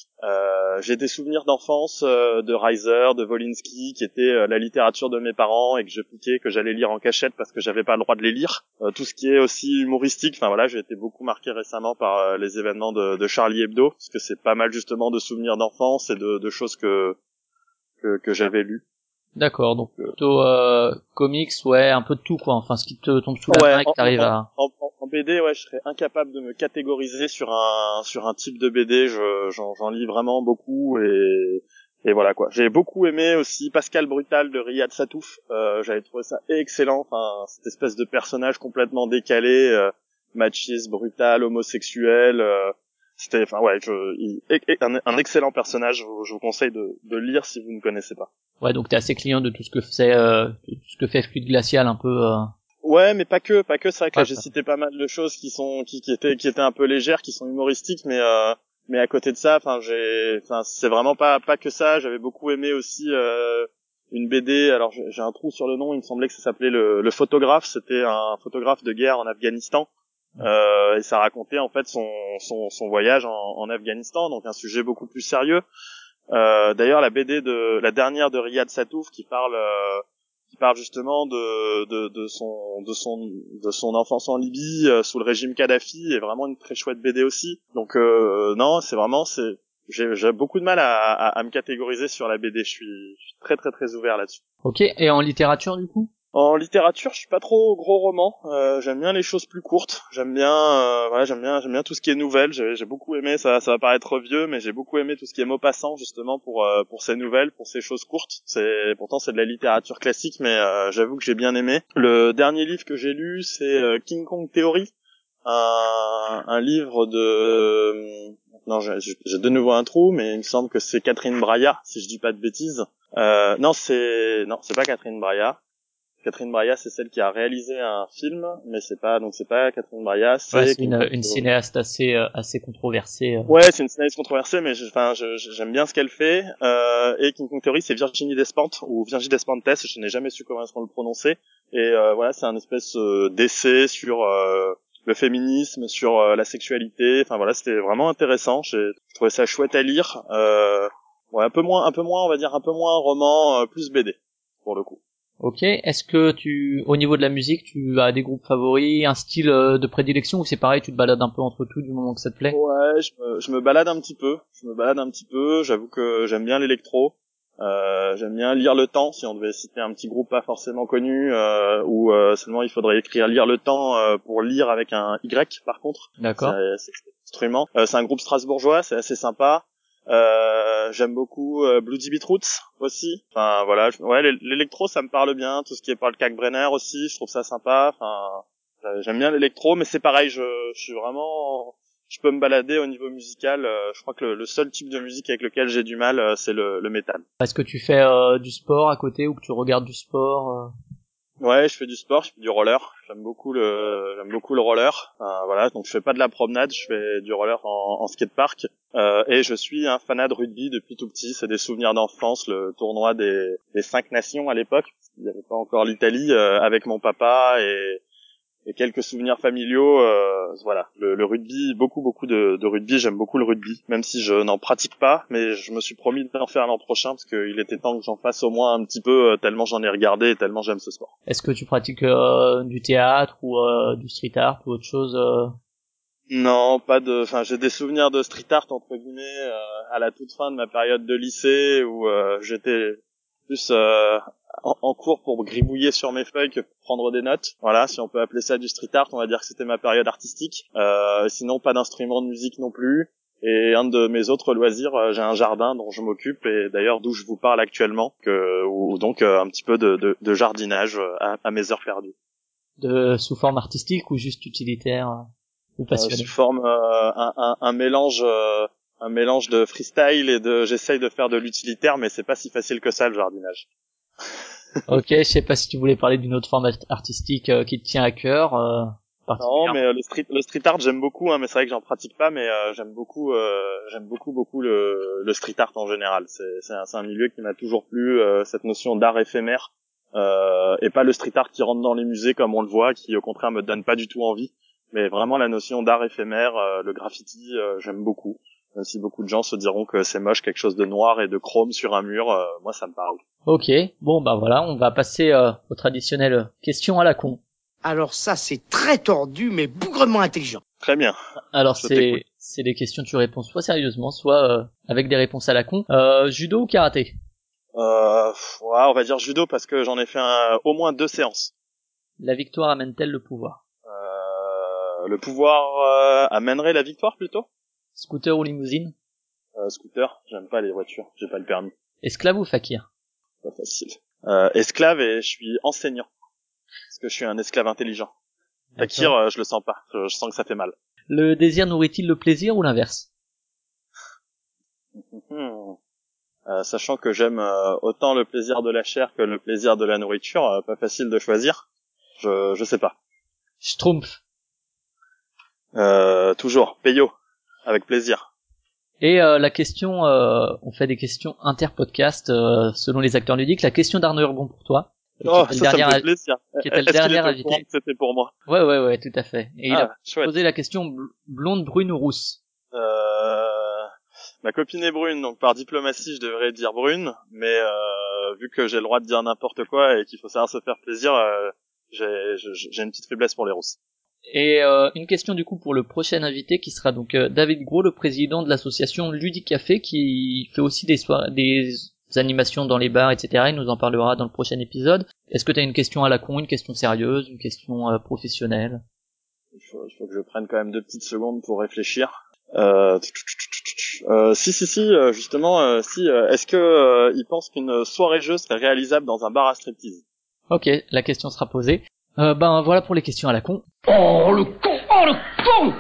Euh, j'ai des souvenirs d'enfance euh, de Reiser, de Wolinski, qui était euh, la littérature de mes parents et que je piquais, que j'allais lire en cachette parce que j'avais pas le droit de les lire. Euh, tout ce qui est aussi humoristique, enfin voilà, j'ai été beaucoup marqué récemment par euh, les événements de, de Charlie Hebdo, parce que c'est pas mal justement de souvenirs d'enfance et de, de choses que que, que j'avais lues. D'accord, donc plutôt euh, comics, ouais, un peu de tout quoi, enfin ce qui te tombe sous la Ouais, main et que t'arrives à... En, en, en B D, ouais, je serais incapable de me catégoriser sur un sur un type de B D. Je, j'en, j'en lis vraiment beaucoup et et voilà quoi. J'ai beaucoup aimé aussi Pascal Brutal de Riyad Satouf. Euh, j'avais trouvé ça excellent. Enfin, cette espèce de personnage complètement décalé, euh, machiste, brutal, homosexuel. Euh, c'était, enfin ouais, je, il, un, un excellent personnage. Je vous, je vous conseille de, de lire si vous ne connaissez pas. Ouais, donc t'es assez client de tout ce que fait euh, tout ce que fait Fluide Glacial un peu. Euh... Ouais, mais pas que, pas que. C'est vrai que ouais, là j'ai ça. cité pas mal de choses qui sont, qui, qui étaient, qui étaient un peu légères, qui sont humoristiques, mais euh, mais à côté de ça, enfin j'ai, enfin c'est vraiment pas pas que ça. J'avais beaucoup aimé aussi euh, une B D. Alors j'ai, j'ai un trou sur le nom. Il me semblait que ça s'appelait le, le photographe. C'était un photographe de guerre en Afghanistan. Euh, et ça racontait en fait son son, son voyage en, en Afghanistan, donc un sujet beaucoup plus sérieux. Euh, d'ailleurs, la B D de la dernière de Riyad Satouf qui parle euh, qui parle justement de, de de son de son de son enfance en Libye euh, sous le régime Kadhafi est vraiment une très chouette B D aussi. Donc euh, non, c'est vraiment c'est j'ai, j'ai beaucoup de mal à, à, à me catégoriser sur la B D. Je suis, je suis très très très ouvert là-dessus. Ok. Et en littérature du coup? En littérature, je suis pas trop gros roman. Euh, j'aime bien les choses plus courtes. J'aime bien, euh, voilà, j'aime bien, j'aime bien tout ce qui est nouvelle. J'ai, j'ai beaucoup aimé. Ça, ça va paraître vieux, mais j'ai beaucoup aimé tout ce qui est Maupassant justement pour euh, pour ces nouvelles, pour ces choses courtes. C'est pourtant c'est de la littérature classique, mais euh, j'avoue que j'ai bien aimé. Le dernier livre que j'ai lu, c'est euh, King Kong Theory, un, un livre de euh, non, j'ai, j'ai de nouveau un trou, mais il me semble que c'est Catherine Braillard, si je dis pas de bêtises. Euh, non, c'est non, c'est pas Catherine Braillard. Catherine Braillard, c'est celle qui a réalisé un film, mais c'est pas donc c'est pas Catherine Braillard, c'est, ouais, c'est une, une cinéaste assez euh, assez controversée. Euh. Ouais, c'est une cinéaste controversée, mais enfin je, je, j'aime bien ce qu'elle fait. Euh, et King Kong Theory, c'est Virginie Despentes ou Virginie Despentes, je n'ai jamais su comment est-ce qu'on le prononçait. Et euh, voilà, c'est un espèce euh, d'essai sur euh, le féminisme, sur euh, la sexualité. Enfin voilà, c'était vraiment intéressant. J'ai trouvé ça chouette à lire. Euh, ouais, un peu moins, un peu moins, on va dire un peu moins roman, euh, plus B D pour le coup. Ok, est-ce que tu, au niveau de la musique, tu as des groupes favoris, un style euh, de prédilection ou c'est pareil, tu te balades un peu entre tout du moment que ça te plaît? Ouais, je me, je me balade un petit peu. Je me balade un petit peu. J'avoue que j'aime bien l'électro. Euh, j'aime bien lire le temps. Si on devait citer un petit groupe pas forcément connu, euh, où euh, seulement il faudrait écrire lire le temps euh, pour lire avec un Y. Par contre, d'accord. C'est, c'est instrument. Euh, c'est un groupe strasbourgeois. C'est assez sympa. Euh, j'aime beaucoup euh, Bloody Beetroots aussi. Enfin voilà, je, ouais, l'électro ça me parle bien. Tout ce qui est Paul Kalkbrenner aussi, je trouve ça sympa. Enfin, j'aime bien l'électro, mais c'est pareil. Je, je suis vraiment, je peux me balader au niveau musical. Euh, je crois que le, le seul type de musique avec lequel j'ai du mal, euh, c'est le, le métal. Est-ce que tu fais euh, du sport à côté ou que tu regardes du sport euh... Ouais, je fais du sport, je fais du roller. J'aime beaucoup le, j'aime beaucoup le roller. Euh, voilà, donc je fais pas de la promenade, je fais du roller en, en skatepark. Euh, et je suis un fanat de rugby depuis tout petit. C'est des souvenirs d'enfance, le tournoi des, des cinq nations à l'époque. Il n'y avait pas encore l'Italie, euh, avec mon papa et, et quelques souvenirs familiaux. Euh, voilà, le, le rugby, beaucoup beaucoup de, de rugby. J'aime beaucoup le rugby, même si je n'en pratique pas, mais je me suis promis d'en faire l'an prochain parce qu'il était temps que j'en fasse au moins un petit peu, tellement j'en ai regardé et tellement j'aime ce sport. Est-ce que tu pratiques euh, du théâtre ou euh, du street art ou autre chose euh... Non, pas de. Enfin, j'ai des souvenirs de street art entre guillemets euh, à la toute fin de ma période de lycée où euh, j'étais plus euh, en, en cours pour gribouiller sur mes feuilles que pour prendre des notes. Voilà, si on peut appeler ça du street art, on va dire que c'était ma période artistique. Euh, sinon, pas d'instrument de musique non plus. Et un de mes autres loisirs, euh, j'ai un jardin dont je m'occupe et d'ailleurs d'où je vous parle actuellement, que, ou donc euh, un petit peu de, de, de jardinage à, à mes heures perdues. De sous forme artistique ou juste utilitaire euh, ou passionné? Euh, sous forme euh, un, un, un mélange. Euh, un mélange de freestyle et de j'essaye de faire de l'utilitaire, mais c'est pas si facile que ça le jardinage. Ok, je sais pas si tu voulais parler d'une autre forme artistique euh, qui te tient à cœur. Euh, non, mais euh, le street le street art j'aime beaucoup, hein, mais c'est vrai que j'en pratique pas, mais euh, j'aime beaucoup euh, j'aime beaucoup beaucoup le le street art en général. C'est c'est un, c'est un milieu qui m'a toujours plu, euh, cette notion d'art éphémère euh, et pas le street art qui rentre dans les musées comme on le voit, qui au contraire me donne pas du tout envie, mais vraiment la notion d'art éphémère, euh, le graffiti, euh, j'aime beaucoup. Même si beaucoup de gens se diront que c'est moche, quelque chose de noir et de chrome sur un mur, euh, moi ça me parle. Ok, bon bah voilà, on va passer euh, aux traditionnelles questions à la con. Alors ça c'est très tordu mais bougrement intelligent. Très bien. Alors Je c'est t'écoute. C'est des questions tu réponds soit sérieusement, soit euh, avec des réponses à la con. Euh, judo ou karaté? Euh, ouais, on va dire judo parce que j'en ai fait un, au moins deux séances. La victoire amène-t-elle le pouvoir? Euh, le pouvoir euh, amènerait la victoire plutôt. Scooter ou limousine? Euh, scooter, j'aime pas les voitures, j'ai pas le permis. Esclave ou fakir? Pas facile. Euh, esclave et je suis enseignant. Parce que je suis un esclave intelligent. Fakir, euh, je le sens pas, je, je sens que ça fait mal. Le désir nourrit-il le plaisir ou l'inverse? hmm. euh, Sachant que j'aime euh, autant le plaisir de la chair que le plaisir de la nourriture, euh, pas facile de choisir. Je, je sais pas. Schtroumpf. Euh, toujours, Peyo, avec plaisir. Et euh, la question, euh, on fait des questions inter-podcast euh, selon les acteurs ludiques. La question d'Arnaud Urbon pour toi. Oh, ça, ça me fait plaisir. Qui était le dernier invité. C'était pour moi. Ouais, ouais, ouais, tout à fait. Et ah, il a chouette. posé la question blonde, brune ou rousse. Euh, ma copine est brune, donc par diplomatie, je devrais dire brune. Mais euh, vu que j'ai le droit de dire n'importe quoi et qu'il faut savoir se faire plaisir, euh, j'ai, j'ai une petite faiblesse pour les rousses. Et euh, une question du coup pour le prochain invité qui sera donc euh, David Gros, le président de l'association Ludicafé, qui fait aussi des soirées, des animations dans les bars, et cetera. Il nous en parlera dans le prochain épisode. Est-ce que tu as une question à la con, une question sérieuse, une question euh, professionnelle? Il faut, il faut que je prenne quand même deux petites secondes pour réfléchir. Euh, euh, si, si, si, euh, justement, euh, si, euh, est-ce que euh, il pense qu'une soirée jeu serait réalisable dans un bar à striptease? Ok, la question sera posée. Euh, ben voilà pour les questions à la con. Oh le con, oh le con.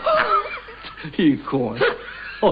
Il est con. Hein. Oh.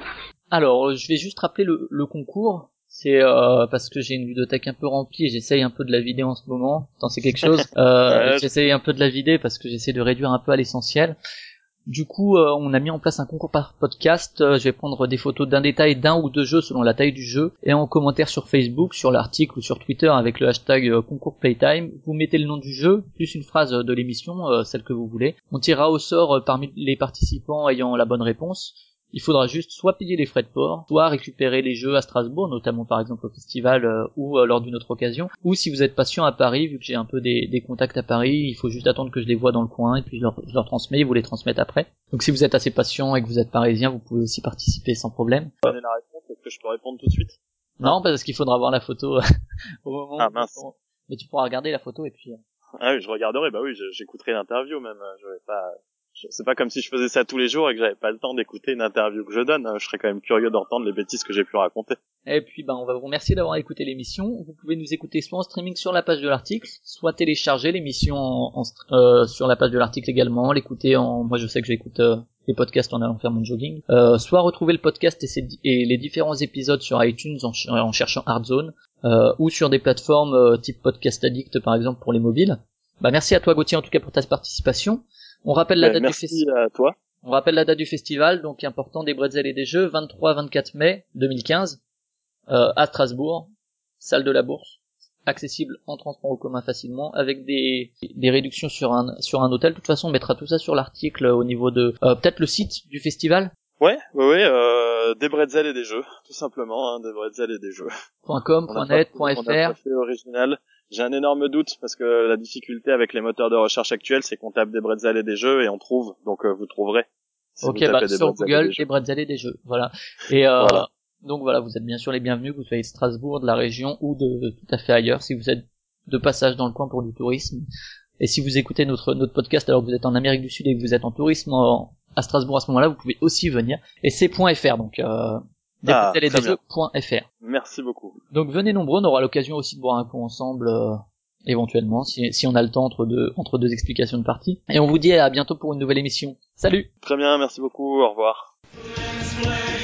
Alors, je vais juste rappeler le, le concours. C'est euh, parce que j'ai une ludothèque un peu remplie et j'essaye un peu de la vider en ce moment. Tant c'est quelque chose. Euh, ouais, j'essaye un peu de la vider parce que j'essaie de réduire un peu à l'essentiel. Du coup, euh, on a mis en place un concours par podcast. Euh, je vais prendre des photos d'un détail d'un ou deux jeux selon la taille du jeu. Et en commentaire sur Facebook, sur l'article ou sur Twitter avec le hashtag euh, concours Playtime, vous mettez le nom du jeu, plus une phrase de l'émission, euh, celle que vous voulez. On tirera au sort euh, parmi les participants ayant la bonne réponse. Il faudra juste soit payer les frais de port, soit récupérer les jeux à Strasbourg, notamment par exemple au festival euh, ou euh, lors d'une autre occasion. Ou si vous êtes patient à Paris, vu que j'ai un peu des, des contacts à Paris, il faut juste attendre que je les vois dans le coin et puis je leur, je leur transmets, ils vous les transmettent après. Donc si vous êtes assez patient et que vous êtes parisien, vous pouvez aussi participer sans problème. Donner la réponse, est-ce que je peux répondre tout de suite? Non, parce qu'il faudra voir la photo au moment ah, où... mince. Mais tu pourras regarder la photo et puis... Ah oui, je regarderai, bah oui, j'écouterai l'interview même, je vais pas... C'est pas comme si je faisais ça tous les jours et que j'avais pas le temps d'écouter une interview que je donne. Je serais quand même curieux d'entendre les bêtises que j'ai pu raconter. Et puis, ben, on va vous remercier d'avoir écouté l'émission. Vous pouvez nous écouter soit en streaming sur la page de l'article, soit télécharger l'émission en, en, euh, sur la page de l'article également, l'écouter en, moi je sais que j'écoute euh, les podcasts en allant faire mon jogging, euh, soit retrouver le podcast et, ses, et les différents épisodes sur iTunes en, ch- en cherchant Hardzone, euh, ou sur des plateformes euh, type Podcast Addict par exemple pour les mobiles. Bah, merci à toi Gauthier en tout cas pour ta participation. On rappelle la date Merci du festival. à toi. On rappelle la date du festival, donc important des bretzels et des jeux, vingt-trois à vingt-quatre mai deux mille quinze, euh, à Strasbourg, salle de la Bourse, accessible en transport en commun facilement, avec des, des réductions sur un, sur un hôtel. De toute façon, on mettra tout ça sur l'article au niveau de, euh, peut-être le site du festival. Ouais, ouais, ouais, euh, des bretzels et des jeux, tout simplement, hein, des bretzels et des jeux. .com, .net, on a .fr. fait original. J'ai un énorme doute parce que la difficulté avec les moteurs de recherche actuels, c'est qu'on tape des bretzels et des jeux et on trouve, donc euh, vous trouverez. Si Ok, vous bah des sur Google, des, des bretzels et des jeux, voilà. Et euh, voilà. donc voilà, vous êtes bien sûr les bienvenus, que vous soyez de Strasbourg, de la région ou de, de tout à fait ailleurs, si vous êtes de passage dans le coin pour du tourisme. Et si vous écoutez notre notre podcast alors que vous êtes en Amérique du Sud et que vous êtes en tourisme en, à Strasbourg à ce moment-là, vous pouvez aussi venir. Et c'est .fr, donc euh, des ah, bretzels et des jeux .fr. Merci beaucoup. Donc venez nombreux, on aura l'occasion aussi de boire un coup ensemble, euh, éventuellement, si, si on a le temps entre deux, entre deux explications de partie. Et on vous dit à bientôt pour une nouvelle émission. Salut! Très bien, merci beaucoup, au revoir.